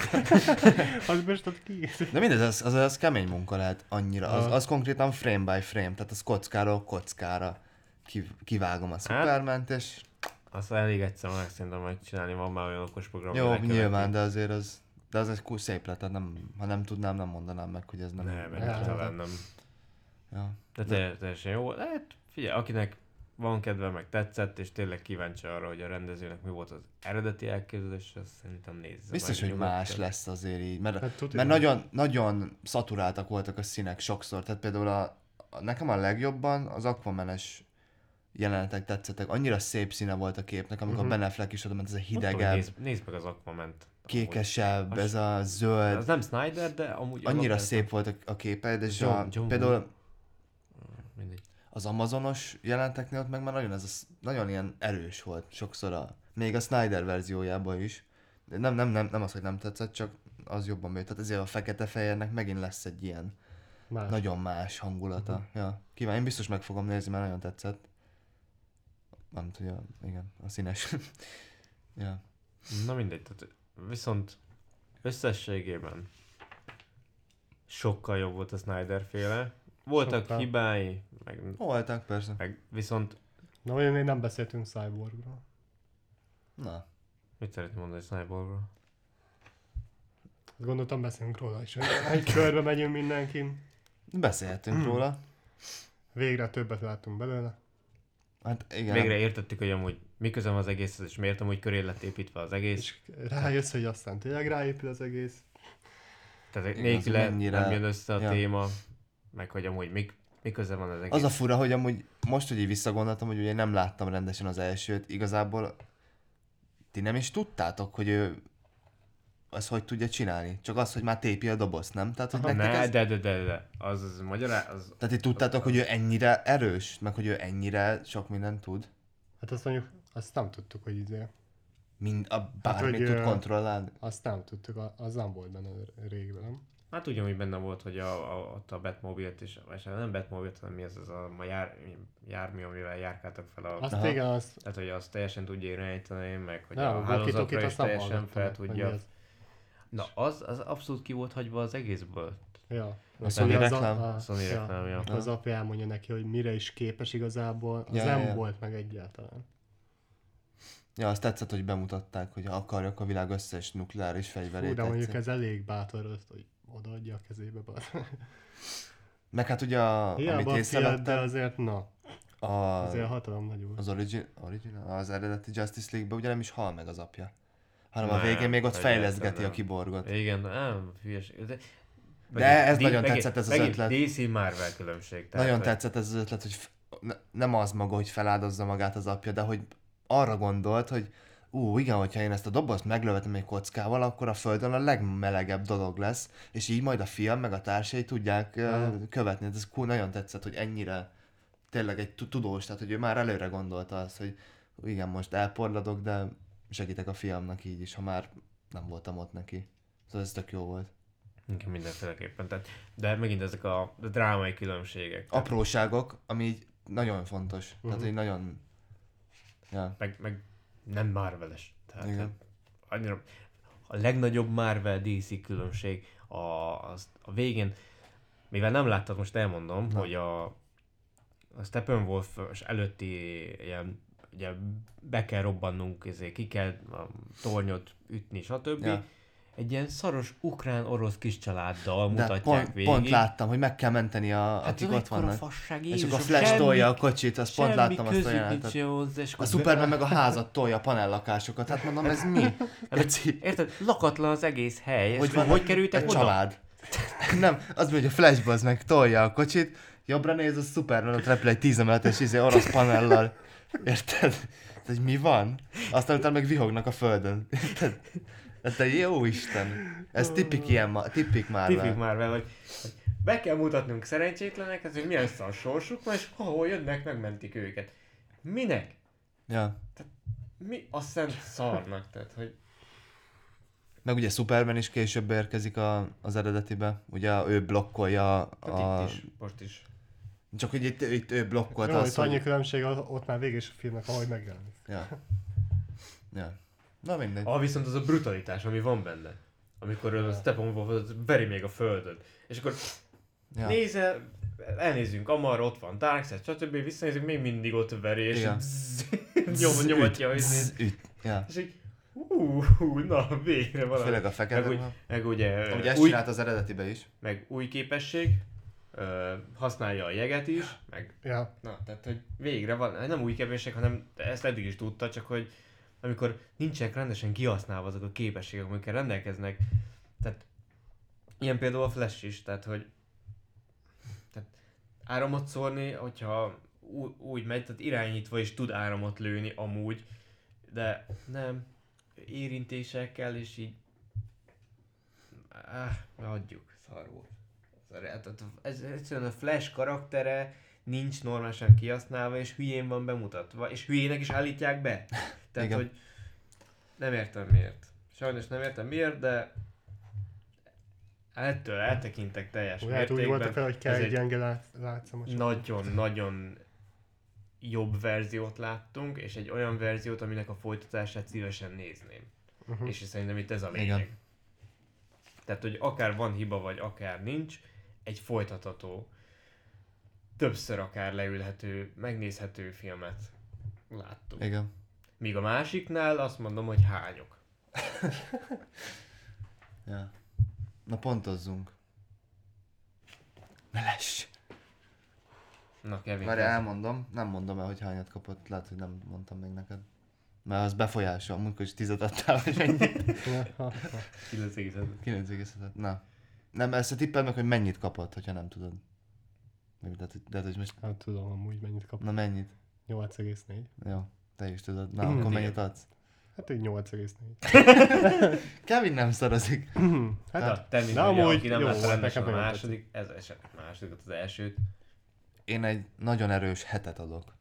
Az most ott ki. De mindez, az kemény munka lehet annyira. Az, Aha. az konkrétan frame by frame, tehát az kockáról kockára kivágom a Supermant, és Azt elég egyszer meg szerintem megcsinálni, van már olyan okos program. jó, hogy elkövetni. nyilván, de azért az... De az egy szép lett, tehát nem, ha nem tudnám, nem mondanám meg, hogy ez nem... Nem, Ja. egyáltalán nem. Ja. De teljesen jó. Hát figyelj, akinek van kedve, meg tetszett, és tényleg kíváncsi arra, hogy a rendezőnek mi volt az eredeti elképzelés, azt szerintem nézze Biztos, meg hogy nyugodtan. más lesz azért így, mert, Hát tudja. mert nagyon, nagyon szaturáltak voltak a színek sokszor, tehát például nekem a legjobban az Aquamanes jelenetek tetszettek, annyira szép színe volt a képnek, amikor Ben Affleck is oda ment, ez a Nem tudom, hidegebb, nézd meg az Aquament. kékesebb, Az- ez a zöld, Az nem Snyder, de amúgy... annyira alapvetően- szép volt a képe, de John például Mindegy. az Amazonos jelenteknél ott meg már nagyon, nagyon ilyen erős volt sokszor, még a Snyder verziójában is. De nem az, hogy nem tetszett, csak az jobban bejött. Tehát ezért a fekete-fehérnek megint lesz egy ilyen Más. nagyon más hangulata. Ja. Kíváncsi, én biztos meg fogom nézni, mert nagyon tetszett. Nem tudja, igen, a színes. Ja. Na mindegy, tehát viszont összességében sokkal jobb volt a Snyder féle. Voltak Sokkal. hibái, Voltak, persze. meg viszont Na, olyan még nem beszéltünk Cyborgról. Na, mit szeretném mondani Cyborgról? Azt gondoltam beszélünk róla is, hogy egy körbe megyünk mindenkin. Beszélhetünk róla. Végre többet láttunk belőle. Hát igen. Végre értettük, hogy amúgy mi közöm az egészhez, és miért amúgy köré lett építve az egész. És rájössz, hogy aztán tényleg ráépül az egész. Tehát Igaz, nélküle mennyire- nem jön össze a ja. téma, meg hogy amúgy mi köze van az egész. Az a fura, hogy amúgy most, hogy így visszagondoltam, hogy ugye nem láttam rendesen az elsőt, igazából ti nem is tudtátok, hogy ő azt hogy tudja csinálni. Csak az, hogy már tépi a dobozt, nem? Tehát, hogy nektek Ne, ez... de. Az magyarán... Az... Tehát ti tudtátok, hogy ő ennyire erős, meg hogy ő ennyire sok mindent tud? Hát azt mondjuk, azt nem tudtuk, hogy Bármit hogy, tud kontrollálni? azt nem tudtuk, az nem volt benne régben, nem? Hát ugyanúgy benne volt, hogy ott a Batmobilt is, vagy nem Batmobilt, hanem mi ez az a jármű, amivel járkáltak fel a... Azt Aha. igen, azt... Tehát, hogy azt teljesen tudja irányítani, meg hogy Nem, a a hálózatra walkie-talkie-t is azt nem teljesen hallottam fel meg, hogy tudja. mi az. Na, az abszolút ki volt hagyva az egészből. Ja. A Sony ugye reklám? A Sony reklámja. Akkor az apja elmondja neki, hogy mire is képes igazából, az Ja, nem ja. volt meg egyáltalán. Ja, azt tetszett, hogy bemutatták, hogy akarjak a világ összes nukleáris Fú, fegyverét. de mondjuk egyszer. ez elég bátor, azt, hogy odaadja a kezébe. Meg hát ugye, amit Hiába fiat, de észrevettem, azért na, azért a hatalom nagyobb. az az eredeti Justice League-ben ugye nem is hal meg az apja. Hanem a Nem, végén még ott egyáltalán fejleszgeti nem. a kiborgot. Igen, nem, hülyeség. De ez nagyon tetszett ez az ötlet. DC Marvel különbség. Tehát, Nagyon hogy- tetszett ez az ötlet, hogy nem az maga, hogy feláldozza magát az apja, de hogy arra gondolt, hogy igen, hogyha én ezt a dobozt meglövetem egy kockával, akkor a Földön a legmelegebb dolog lesz, és így majd a fiam meg a társai tudják követni. Ez nagyon tetszett, hogy ennyire tényleg egy tudós, tehát hogy ő már előre gondolta azt, hogy igen, most elporladok, de segítek a fiamnak így is, ha már nem voltam ott neki. Szóval ez tök jó volt. Igen, mindenféleképpen. Tehát, de megint ezek a drámai különbségek. Tehát, Apróságok, ami így nagyon fontos. Tehát, hogy nagyon... Ja. meg nem Marveles. Tehát, Igen. hogy annyira, a legnagyobb Marvel DC különbség a végén, mivel nem láttad, most elmondom, hogy a Steppenwolf előtti ilyen, ugye be kell robbannunk, ki kell a tornyot ütni, stb. Ja. Egy ilyen szaros ukrán-orosz kis családdal De mutatják végig. pont láttam, hogy meg kell menteni akik ott mekkora vannak. fasság, És Jézus, akkor a Flash tolja a kocsit, azt pont láttam azt a Semmi jelenetet. közük nincs hozzá, és A akkor Superman meg a házat tolja, a panellakásokat. Hát mondom, ez mi? Geci, Érted? Lakatlan az egész hely. hogy És van hogy kerültek egy oda? család. Nem, az hogy a Flashbe az meg tolja a kocsit, jobbra néz, a Superman ott repül egy 10 emeletes orosz panellal. Érted? Hogy mi van? Aztán utána meg vihognak a földön. Érted? Hát te jó Isten. Ez tippik Tipik már. már hogy be kell mutatnunk szerencsétlenekhez, hogy milyen szar sorsuk van, és ahol jönnek, megmentik őket. Minek? Ja. Mi a szent szarnak? Tehát, hogy Meg ugye Superman is később érkezik az eredetibe. Ugye ő blokkolja hát itt is, most is. Csak hogy itt ő blokkolta Jó, azt, itt annyi különbség, ott már végig is a filmnek, ahogy megjelenik. Ja. Ja. Na mindegy. Viszont az a brutalitás, ami van benne. Amikor a Steppenwolf veri még a földön. És akkor Ja. nézel, elnézzünk, Amarra ott van Darkseid, stb. Visszanézünk, még mindig ott veri, és Igen. nyomatja, hogy Üt. Ja. és így, na, végre valami. Főleg a fekete. Meg, meg ugye Ugye ezt új, csinált az eredetibe is. meg új képesség, használja a jeget is, meg Ja, na, tehát hogy végre van, nem új képesség, hanem ezt eddig is tudta, csak hogy amikor nincsenek rendesen kihasználva azok a képességek, amikkel rendelkeznek, tehát ilyen például a Flash is, tehát hogy tehát áramot szórni, hogyha úgy megy, tehát irányítva is tud áramot lőni amúgy, de nem, érintésekkel és így adjuk, szar volt. Ez egyszerűen a Flash karaktere nincs normálisan kihasználva, és hülyén van bemutatva, és hülyének is állítják be. Tehát, Igen. hogy nem értem miért. Sajnos nem értem miért, de ettől eltekintek teljes úgy, hát úgy mértékben. voltak fel, hogy kell Ez egy egy gyenge látszom. nagyon-nagyon jobb verziót láttunk, és egy olyan verziót, aminek a folytatását szívesen nézném. És szerintem itt ez a lényeg. Igen. Tehát, hogy akár van hiba, vagy akár nincs, egy folytatható, többször akár leülhető, megnézhető filmet láttunk. Igen. Míg a másiknál azt mondom, hogy hányok. Ja. Na pontozzunk. Meles! Na, Kevin. Várj, elmondom. Nem mondom el, hogy hányat kapott. Lehet, hogy nem mondtam még neked. Mert az befolyásol. Múltkor is 10 adtál, vagy mennyit. 9,5. Na. Nem, ezt a tippeld meg, hogy mennyit kapott, hogyha nem tudod. De hogy most... Hát tudom amúgy mennyit kap. Na mennyit? 8,4. Jó, te is tudod. Na, akkor mennyit adsz? Hát egy 8,4. Kevin nem szarozik. Hát, tenni, de hogy amúgy aki nem jó látta volt, rendesen a nekem második, ez eset másodikat, az elsőt. Én egy nagyon erős hetet adok.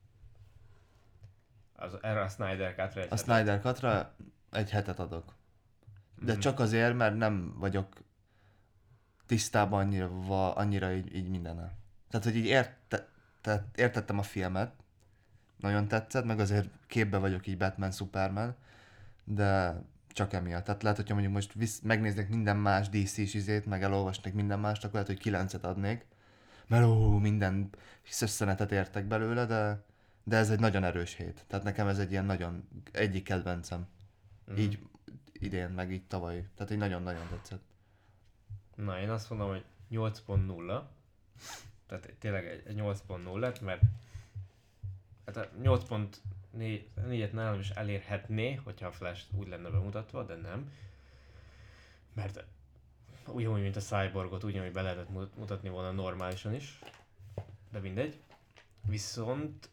Erre a Snyder Cut-ra egy A Snyder Cut-ra egy hetet adok. De csak azért, mert nem vagyok tisztában annyira így mindennel. Tehát, hogy így értettem a filmet, nagyon tetszett, meg azért képbe vagyok így Batman, Superman, de csak emiatt. Tehát lehet, hogyha mondjuk most megnéznék minden más DC-s izét, meg elolvasnék minden mást, akkor lehet, hogy 9-et adnék. Mert minden szösszenetet értek belőle, de ez egy nagyon erős hét. Tehát nekem ez egy ilyen nagyon egyik kedvencem. Így idén, meg így tavaly. Tehát így nagyon-nagyon tetszett. Na, én azt mondom, hogy 8.0. Tehát tényleg egy 8.0 lett, mert hát a 8.4-et nálam is elérhetné, hogyha a Flash úgy lenne bemutatva, de nem. Mert ugyanúgy, mint a Cyborgot, ugyanúgy be lehetett mutatni volna normálisan is. De mindegy. Viszont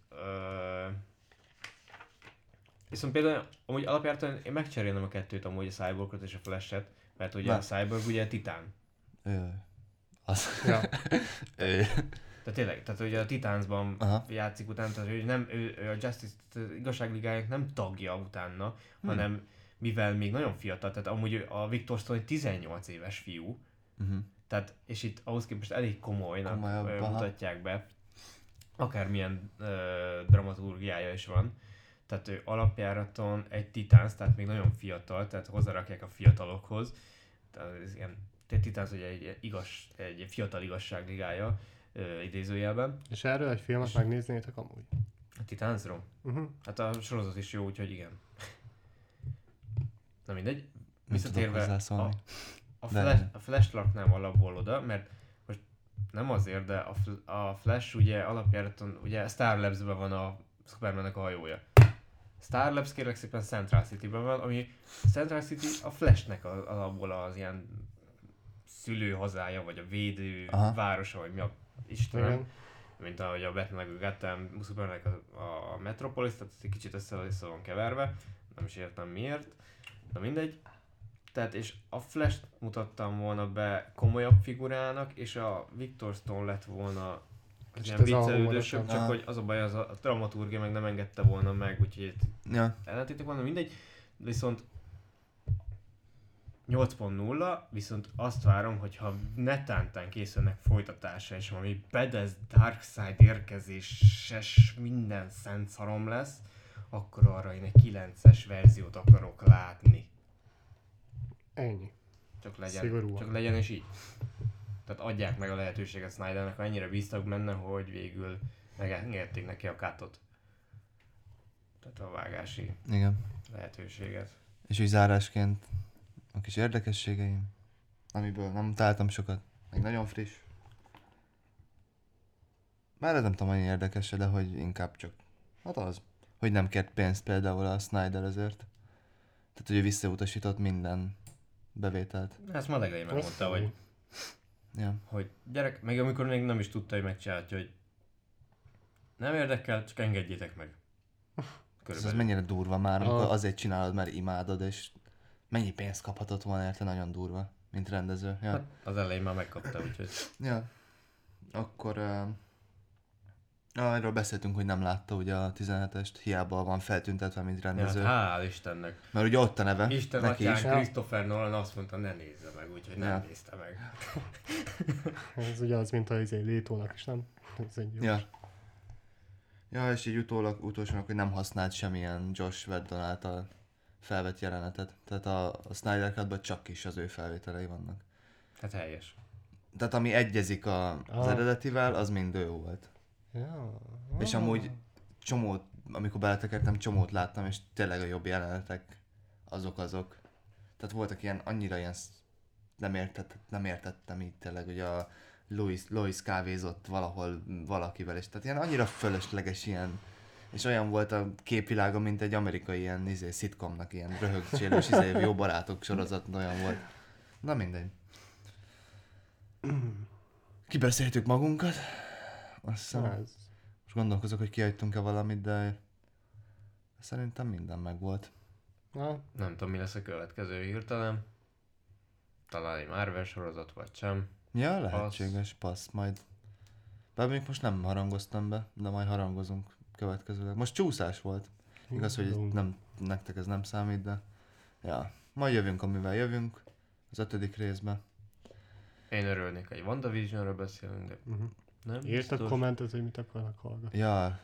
például amúgy alapjártan én megcserélnem a kettőt, amúgy a Cyborgot és a Flash-et, mert ugye a Cyborg ugye titán. Ja. Tehát tényleg, tehát ugye a Titansban játszik utána, tehát ő nem, ő a Justice igazságligájának nem tagja utána, hanem mivel még nagyon fiatal, tehát amúgy a Victor Stone egy 18 éves fiú, tehát, és itt ahhoz képest elég komolynak mutatják be, akármilyen dramaturgiája is van. Tehát ő alapjáraton egy Titans, tehát még nagyon fiatal, tehát hozzárakják a fiatalokhoz. Tehát ez ilyen, Titans ugye egy fiatal igazságligája, idézőjelben. És erről egy filmet megnéznétek amúgy? A Titansról? Hát a sorozat is jó, úgyhogy igen. Na mindegy. Visszatérve a Flash raknám alapból oda, mert most nem azért, de a Flash ugye alapjáraton, ugye Star Labs-ben van a Supermannek a hajója. Star Labs kérlek szépen Central City-ben van, ami Central City a Flashnek alapból az ilyen szülőhazája, vagy a védő városa, vagy mi a Istenem. Mint ahogy a Batman meg a Gotham, Supermannek a Metropolis, tehát egy kicsit össze van keverve, nem is értem miért, de mindegy. Tehát és a Flash-t mutattam volna be komolyabb figurának, és a Victor Stone lett volna az ilyen viccelődősebb, csak hogy az a baj, az a dramaturgia meg nem engedte volna meg, úgyhogy ellentétek van, mindegy. Viszont 8.0, viszont azt várom, hogyha netántán készülnek folytatása, és valami Badass Darkseid érkezéses minden szent szarom lesz, akkor arra én egy 9-es verziót akarok látni. Ennyi. Csak legyen, Szigorúan. csak legyen és így. Tehát adják meg a lehetőséget Snydernek, ha ennyire bíztak benne, hogy végül megengedték neki a cut-ot. Tehát a vágási lehetőséget. És úgy zárásként a kis érdekességeim, amiből nem találtam sokat, még nagyon friss. Már ez nem tudom, annyi érdekes, de hogy inkább csak, hát az, hogy nem kért pénzt például a Snyder ezért. Tehát, hogy ő visszautasított minden bevételt. Ezt már legelején megmondta, hogy gyerek, meg amikor még nem is tudta, hogy megcsinálja, hogy nem érdekel, csak engedjétek meg. Ez mennyire durva már, amikor azért csinálod, mert imádod, és mennyi pénzt kaphatott volna érte, nagyon durva, mint rendező. Ja. Hát az elején már megkapta, úgyhogy... Ja. Akkor... erről beszéltünk, hogy nem látta ugye a 17-est, hiába van feltüntetve, mint rendező. Ja, hál' Istennek. Mert ugye ott a neve. Isten atyán Christopher Nolan azt mondta, ne nézze meg, úgyhogy nem nézte meg. Ez ugye az, mint a Létónak is, nem? Ez egy jó. Ja, és így utolsónak, hogy nem használt semmilyen Josh Whedon által felvett jelenetet. Tehát a Snyder Cut-ban csak is az ő felvételei vannak. Hát helyes. Tehát ami egyezik az eredetivel, az mind ő volt. Ja. És amúgy csomót, amikor beletekertem, csomót láttam, és tényleg a jobb jelenetek azok. Tehát voltak ilyen, annyira ilyen, nem értettem így tényleg, hogy a Lois kávézott valahol valakivel, és tehát ilyen annyira fölösleges ilyen, és olyan volt a képvilága, mint egy amerikai ilyen szitcomnak, ilyen röhögcsélős jó barátok sorozat, olyan volt. Na mindegy. Kibeszéltük magunkat. Azt hiszem, Ez. most gondolkozok, hogy kihagytunk-e valamit, de szerintem minden megvolt. Na, Nem tudom, mi lesz a következő hirtelen. Talán egy Marvel sorozat, vagy sem. Ja, lehetséges, passz majd. Bár még most nem harangoztam be, de majd harangozunk következőleg. Most csúszás volt. Igaz, hogy nem, nektek ez nem számít, de ja, majd jövünk, amivel jövünk az 5. részben. Én örülnék, hogy WandaVisionről beszélünk, de nem írtak biztos. kommentet, hogy mit akarnak hallgatni. Ja,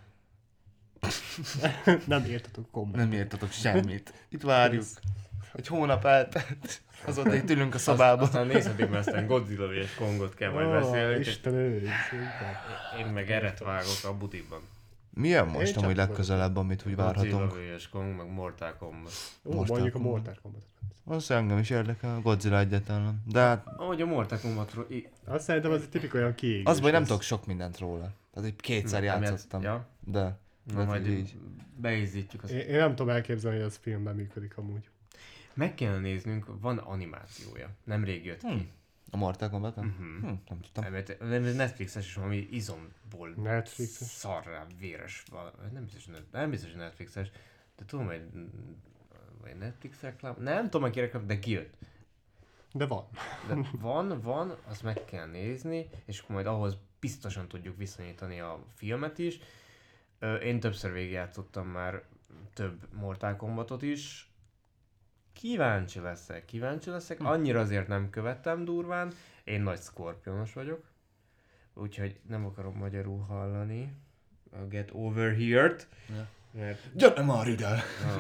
Nem írtatok kommentet. nem értetek semmit. Itt várjuk. Egy hónap eltelt. Azóta itt ülünk a szobában. Aztán nézhetik, mert aztán Godzilla és Kongot kell majd beszélni. Isten őriz. Én meg eret vágok a butiban. Milyen most Én amúgy csak legközelebb, amit úgy Godzilla várhatunk? vs. Kong, meg Mortal Kombat. Most Mondjuk a akkor- Mortal Kombat. Az engem is érdekel, a Godzilla egyetlen nem. De hát Ahogy a Mortal Kombatról... Azt szerintem az egy tipik olyan kiégés. az, hogy nem lesz. tudok sok mindent róla. Tehát egy kétszer játszottam. Ja, De na hát majd így. beízítjük azt. Én nem tudom elképzelni, hogy az filmben működik amúgy. Meg kellene néznünk, van animációja. Nemrég jött ki. A Mortal Kombat? Nem tudtam. Nem Netflixes is valami izomból Netflixes? szarrá véres valami. Nem biztos, hogy Netflixes, de tudom, hogy vagy Netflix reklám. Nem tudom, hogy reklám, de kijött. De van. De van, azt meg kell nézni, és akkor majd ahhoz biztosan tudjuk viszonyítani a filmet is. Én többször végigjátszottam már több Mortal Kombatot is. Kíváncsi leszek. Annyira azért nem követtem durván. Én nagy Scorpionos vagyok. Úgyhogy nem akarom magyarul hallani. A Get Over Here-t. Ja. Mert Gyere már ide!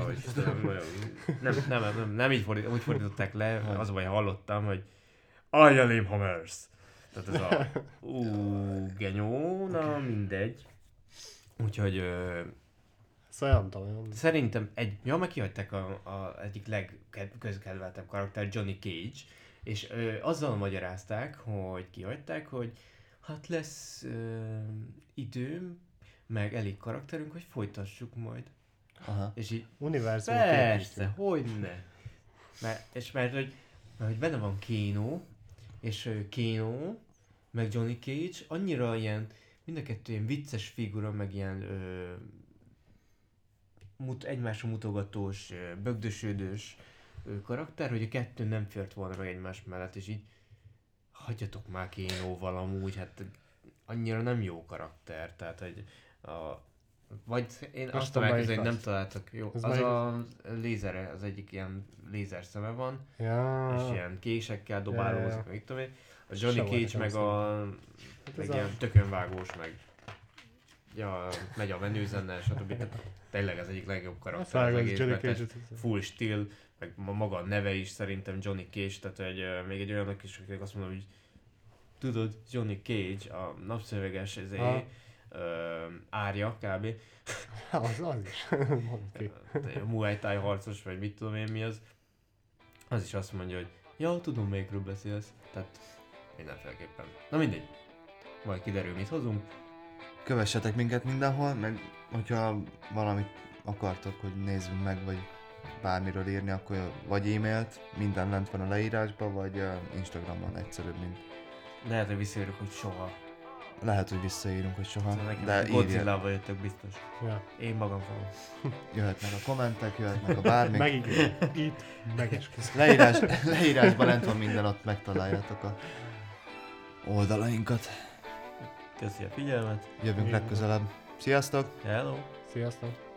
nem így úgy fordították le, az a baj, hallottam, hogy Ajalim Hammers. Tehát ez a genyó, na mindegy. Úgyhogy Szóval nem tudom. szerintem meg kihagyták a egyik legközkedveltebb karakter, Johnny Cage, és azzal magyarázták, hogy kihagyták, hogy hát lesz időm, meg elég karakterünk, hogy folytassuk majd. Aha. És így Univerzum persze, hogyne. Mert hogy benne van Kano, és Kano, meg Johnny Cage, annyira ilyen, mind a kettő ilyen vicces figura, meg ilyen egymásra mutogatós, bögdösödős karakter, hogy a kettő nem fért volna meg egymás mellett, és így hagyjatok már Kano-val amúgy, hát annyira nem jó karakter, tehát hogy vagy én Most azt tudom, tudom elképzelni, melyik hogy nem az. találtak jó. Ez Az melyik a lézere, az egyik ilyen lézer szeme van, Ja. és ilyen késekkel dobálózik, Ja. meg tudom én. A Johnny Sehol Cage nekem meg ez ilyen tökönvágós, meg ja, megy a menőzennel, stb. Tehát tényleg az egyik legjobb karakter az Johnny egészben. Cage. Tehát full still, meg maga a neve is szerintem Johnny Cage, tehát hogy még egy olyanok is, akik azt mondom, hogy tudod, Johnny Cage, a napszöveges árja kb. Az is. Oké. A Muay Thai harcos, vagy mit tudom én mi az. Az is azt mondja, hogy ja, tudom melyikről beszélsz. Tehát mindenféleképpen. Na mindegy. Majd kiderül, mit hozunk. Kövessetek minket mindenhol, meg hogyha valamit akartok, hogy nézzünk meg, vagy bármiről írni, akkor vagy e-mailt, minden lent van a leírásban, vagy Instagramon egyszerűbb, mint Lehet, hogy visszaírjuk, hogy soha. lehet, hogy visszaírunk, hogy soha, Szóval nekem de írják. Godzilla-val jöttök biztos. Ja. Én magam fogom. Jöhetnek a kommentek, jöhetnek a bármik. Megígérem. Itt megesküszöm. Leírásban lent van minden, ott megtaláljátok a oldalainkat. Köszi a figyelmet. Jövünk Igen. legközelebb. Sziasztok! Hello! Sziasztok.